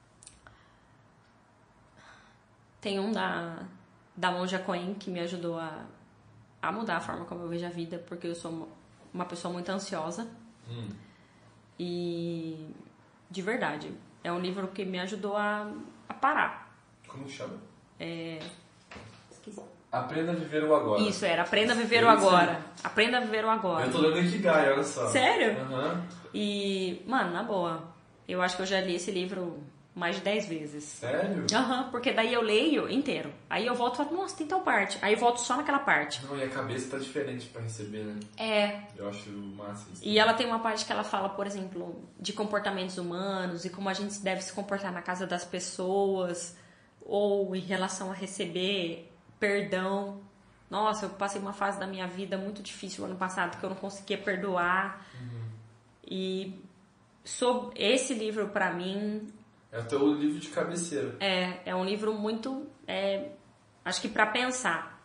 Tem um da, da Monja Coen que me ajudou a, a mudar a forma como eu vejo a vida, porque eu sou uma pessoa muito ansiosa. Hum. E, de verdade, é um livro que me ajudou a, a parar. Como que chama? É... Esqueci. Aprenda a viver o agora. Isso, era Aprenda a Viver o Agora. Aprenda a Viver o Agora. Eu tô lendo Ikigai, olha só. Sério? Uhum. E, mano, na boa, eu acho que eu já li esse livro mais de dez vezes. Sério? Aham, uhum, porque daí eu leio inteiro. Aí eu volto e falo, nossa, tem tal parte. Aí eu volto só naquela parte. Não, e a cabeça tá diferente pra receber, né? É. Eu acho massa isso. E ela tem uma parte que ela fala, por exemplo, de comportamentos humanos e como a gente deve se comportar na casa das pessoas ou em relação a receber perdão. Nossa, eu passei uma fase da minha vida muito difícil ano passado que eu não conseguia perdoar. Uhum. E sobre esse livro, pra mim... É o teu livro de cabeceira. É, é um livro muito... É, acho que pra pensar.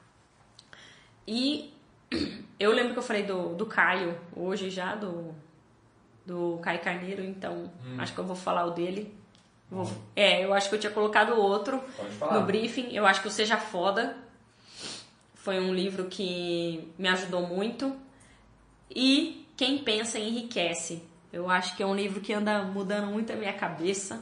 E eu lembro que eu falei do, do Caio, hoje já, do, do Caio Carneiro, então hum. acho que eu vou falar o dele. Vou, hum. É, eu acho que eu tinha colocado outro no briefing. Eu acho que o Seja Foda foi um livro que me ajudou muito. E Quem Pensa Enriquece. Eu acho que é um livro que anda mudando muito a minha cabeça.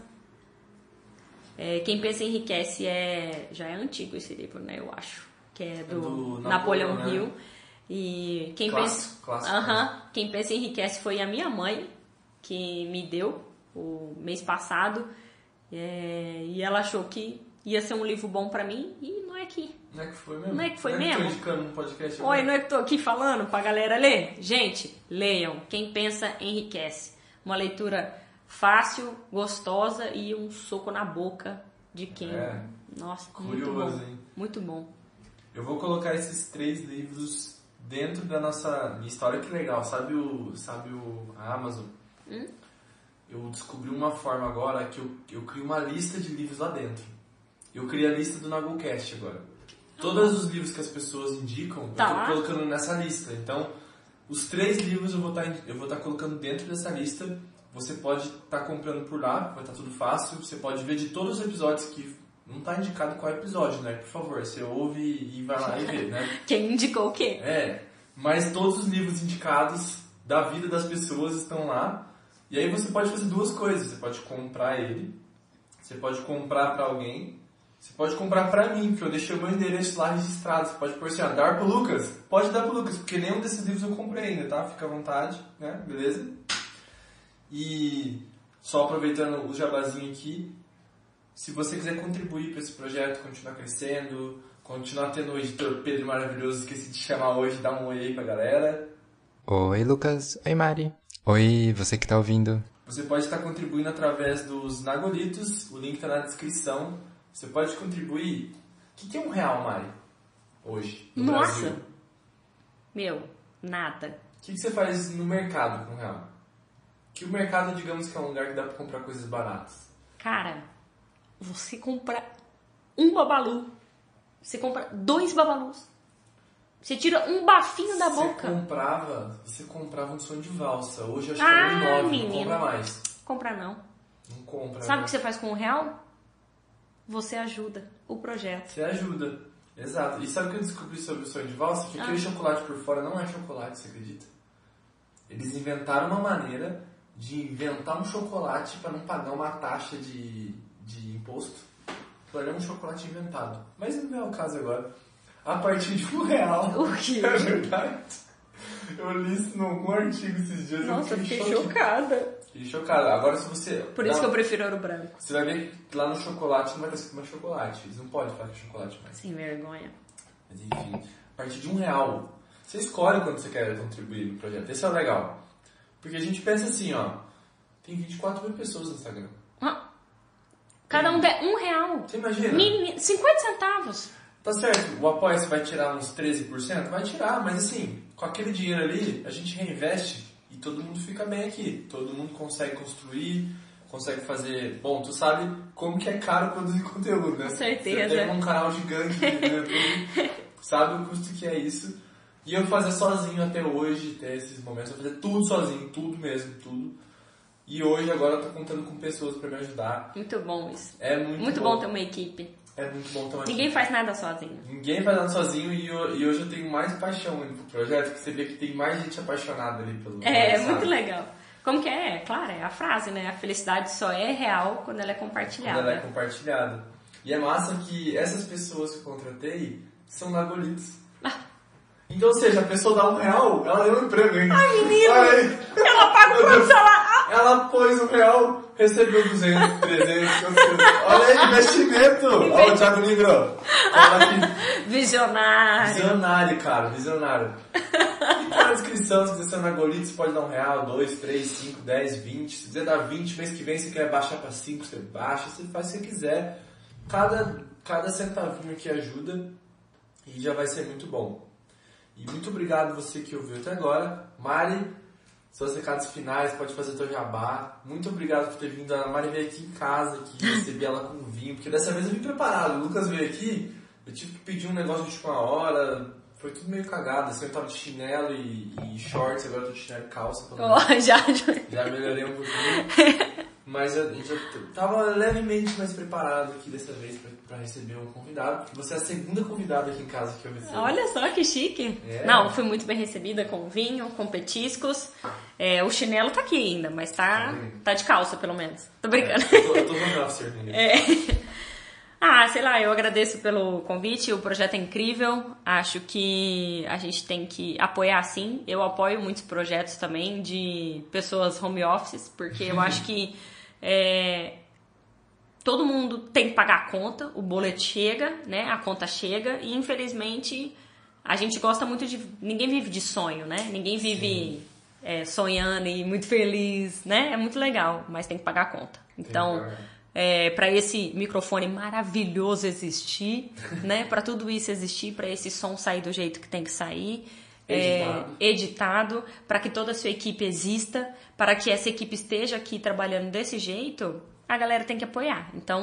É, Quem Pensa Enriquece é... Já é antigo esse livro, né? Eu acho. Que é do, do Napoleão, Napoleão Hill. Né? E quem clássico, pensa... clássico. Uh-huh, Quem Pensa Enriquece foi a minha mãe, que me deu o mês passado. É, e ela achou que ia ser um livro bom pra mim. E não é que... Não é que foi mesmo? Não é que foi não mesmo? É que tô indicando um podcast Oi, não é que tô aqui falando pra galera ler? Gente, leiam. Quem Pensa Enriquece. Uma leitura fácil, gostosa e um soco na boca de quem... É. Nossa, curioso, muito bom. Hein? Muito bom. Eu vou colocar esses três livros dentro da nossa história. Que legal. Sabe o, sabe o a Amazon? Hum? Eu descobri uma forma agora que eu, eu crio uma lista de livros lá dentro. Eu criei a lista do NaguCast agora. Todos os livros que as pessoas indicam, tá. eu tô colocando nessa lista. Então, os três livros eu vou estar eu vou estar colocando dentro dessa lista. Você pode estar comprando por lá, vai estar tudo fácil. Você pode ver de todos os episódios que não está indicado qual episódio, né? Por favor, você ouve e vai lá e vê, né? Quem indicou o quê? É, mas todos os livros indicados da vida das pessoas estão lá. E aí você pode fazer duas coisas. Você pode comprar ele, você pode comprar para alguém, você pode comprar pra mim, porque eu deixei o meu endereço lá registrado. Você pode pôr assim, ó, dar pro Lucas? Pode dar pro Lucas, porque nenhum desses livros eu comprei ainda, tá? Fica à vontade, né? Beleza? E só aproveitando o jabazinho aqui, se você quiser contribuir para esse projeto, continuar crescendo, continuar tendo o editor Pedro maravilhoso, esqueci de chamar hoje, dá um oi aí pra galera. Oi, Lucas. Oi, Mari. Oi, você que tá ouvindo. Você pode estar contribuindo através dos Nagolitos, o link tá na descrição. Você pode contribuir. O que, que é um real, Mari? Hoje, no Nossa! Brasil? Meu, nada. O que, que você faz no mercado com um real? Que o mercado, digamos que é um lugar que dá pra comprar coisas baratas. Cara, você compra um babalu. Você compra dois babalus. Você tira um bafinho da boca. Você comprava, você comprava um som de valsa. Hoje acho que ah, é um nove, menino. não compra mais. Compra não. Não compra. Sabe o né? que você faz com um real? Você ajuda o projeto. Você ajuda, exato. E sabe o que eu descobri sobre o sonho de valsa? Que aquele ah. chocolate por fora não é chocolate, você acredita? Eles inventaram uma maneira de inventar um chocolate para não pagar uma taxa de, de imposto. Então, é um chocolate inventado. Mas não é o caso agora. A partir de um real. O quê? É verdade. Eu li isso num algum artigo esses dias. Nossa, eu fiquei fiquei chocada. Fiquei chocada. Agora se você... Por isso não, que eu prefiro ouro branco. Você vai ver que lá no chocolate não vai estar escrito mais chocolate. Eles não podem falar que é chocolate mais. Sem vergonha. Mas enfim, a partir de um real, você escolhe quando você quer contribuir no projeto. Esse é o legal. Porque a gente pensa assim, ó. Tem vinte e quatro mil pessoas no Instagram. Ah, cada um der um real. Você imagina? Mini, cinquenta centavos. Tá certo, o apoia-se vai tirar uns treze por cento? Vai tirar, mas assim, com aquele dinheiro ali, a gente reinveste e todo mundo fica bem aqui. Todo mundo consegue construir, consegue fazer... Bom, tu sabe como que é caro produzir conteúdo, né? Com certeza. Você tem um canal gigante no YouTube, sabe o custo que é isso. E eu fazer sozinho até hoje, até esses momentos, eu fazer tudo sozinho, tudo mesmo, tudo. E hoje, agora, eu tô contando com pessoas pra me ajudar. Muito bom isso. É muito, muito bom. bom ter uma equipe. É muito bom ter uma Ninguém equipe. faz nada sozinho. Ninguém faz nada sozinho e, eu, e hoje eu tenho mais paixão pro projeto, que você vê que tem mais gente apaixonada ali pelo projeto. É, é muito legal. Como que é? Claro, é a frase, né? A felicidade só é real quando ela é compartilhada. Quando ela é compartilhada. E é massa que essas pessoas que eu contratei são nagolitos. Então, ou seja, a pessoa dá um real, ela deu um emprego, hein? Ai, menino! Ai, ela paga o próprio salário! Ela pôs um real, recebeu duzentos, trezentos, olha aí, investimento! Olha o Thiago Negro! Visionário! Visionário, cara, visionário. E tá na descrição, se quiser ser nagolito, você pode dar um real, dois, três, cinco, dez, vinte. Se quiser dar vinte, mês que vem você quer baixar pra cinco, você baixa, você faz o que você quiser. Cada, cada centavinho aqui ajuda e já vai ser muito bom. E muito obrigado você que ouviu até agora. Mari, seus recados finais, pode fazer teu jabá. Muito obrigado por ter vindo. A Mari veio aqui em casa, que recebi ela com vinho, porque dessa vez eu vim preparado. O Lucas veio aqui, eu tive que pedir um negócio de última hora, foi tudo meio cagado. Assim, eu tava de chinelo e, e shorts, agora eu tô de chinelo e calça. Oh, já, já melhorei um pouquinho. Mas eu já tava levemente mais preparado aqui dessa vez pra, pra receber um convidado, porque você é a segunda convidada aqui em casa que eu recebo. Olha só que chique. É. Não, fui muito bem recebida com vinho, com petiscos. É, o chinelo tá aqui ainda, mas tá, tá de calça pelo menos. Tô brincando. É, eu tô, eu tô vendo officer ainda. É. Ah, sei lá, eu agradeço pelo convite, o projeto é incrível, acho que a gente tem que apoiar sim, eu apoio muitos projetos também de pessoas home offices, porque eu acho que é, todo mundo tem que pagar a conta, o boleto chega, né, a conta chega e infelizmente a gente gosta muito de... Ninguém vive de sonho, né, ninguém vive é, sonhando e muito feliz, né, é muito legal, mas tem que pagar a conta, então... É, para esse microfone maravilhoso existir, né? Para tudo isso existir, para esse som sair do jeito que tem que sair, editado, é, editado para que toda a sua equipe exista, para que essa equipe esteja aqui trabalhando desse jeito, a galera tem que apoiar. Então,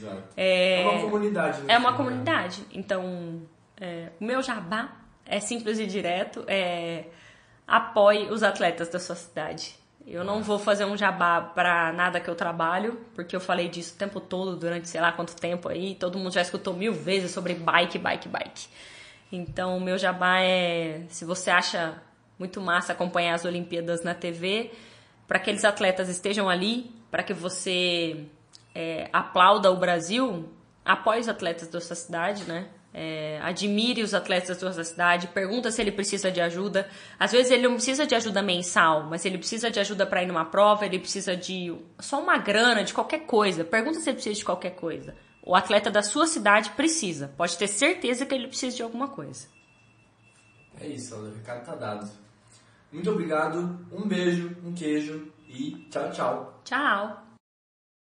é, é uma comunidade. Né? É uma comunidade. Então, é, o meu jabá é simples e direto, é apoie os atletas da sua cidade. Eu não vou fazer um jabá pra nada que eu trabalho, porque eu falei disso o tempo todo, durante sei lá quanto tempo aí, todo mundo já escutou mil vezes sobre bike, bike, bike. Então, o meu jabá é, se você acha muito massa acompanhar as Olimpíadas na T V, para que aqueles atletas estejam ali, para que você é, aplauda o Brasil, apoie os atletas da sua cidade, né? É, admire os atletas da sua cidade, pergunta se ele precisa de ajuda. Às vezes ele não precisa de ajuda mensal, mas ele precisa de ajuda para ir numa prova, ele precisa de só uma grana, de qualquer coisa. Pergunta se ele precisa de qualquer coisa. O atleta da sua cidade precisa, pode ter certeza que ele precisa de alguma coisa. É isso, o recado tá dado. Muito obrigado, um beijo, um queijo e tchau, tchau. Tchau.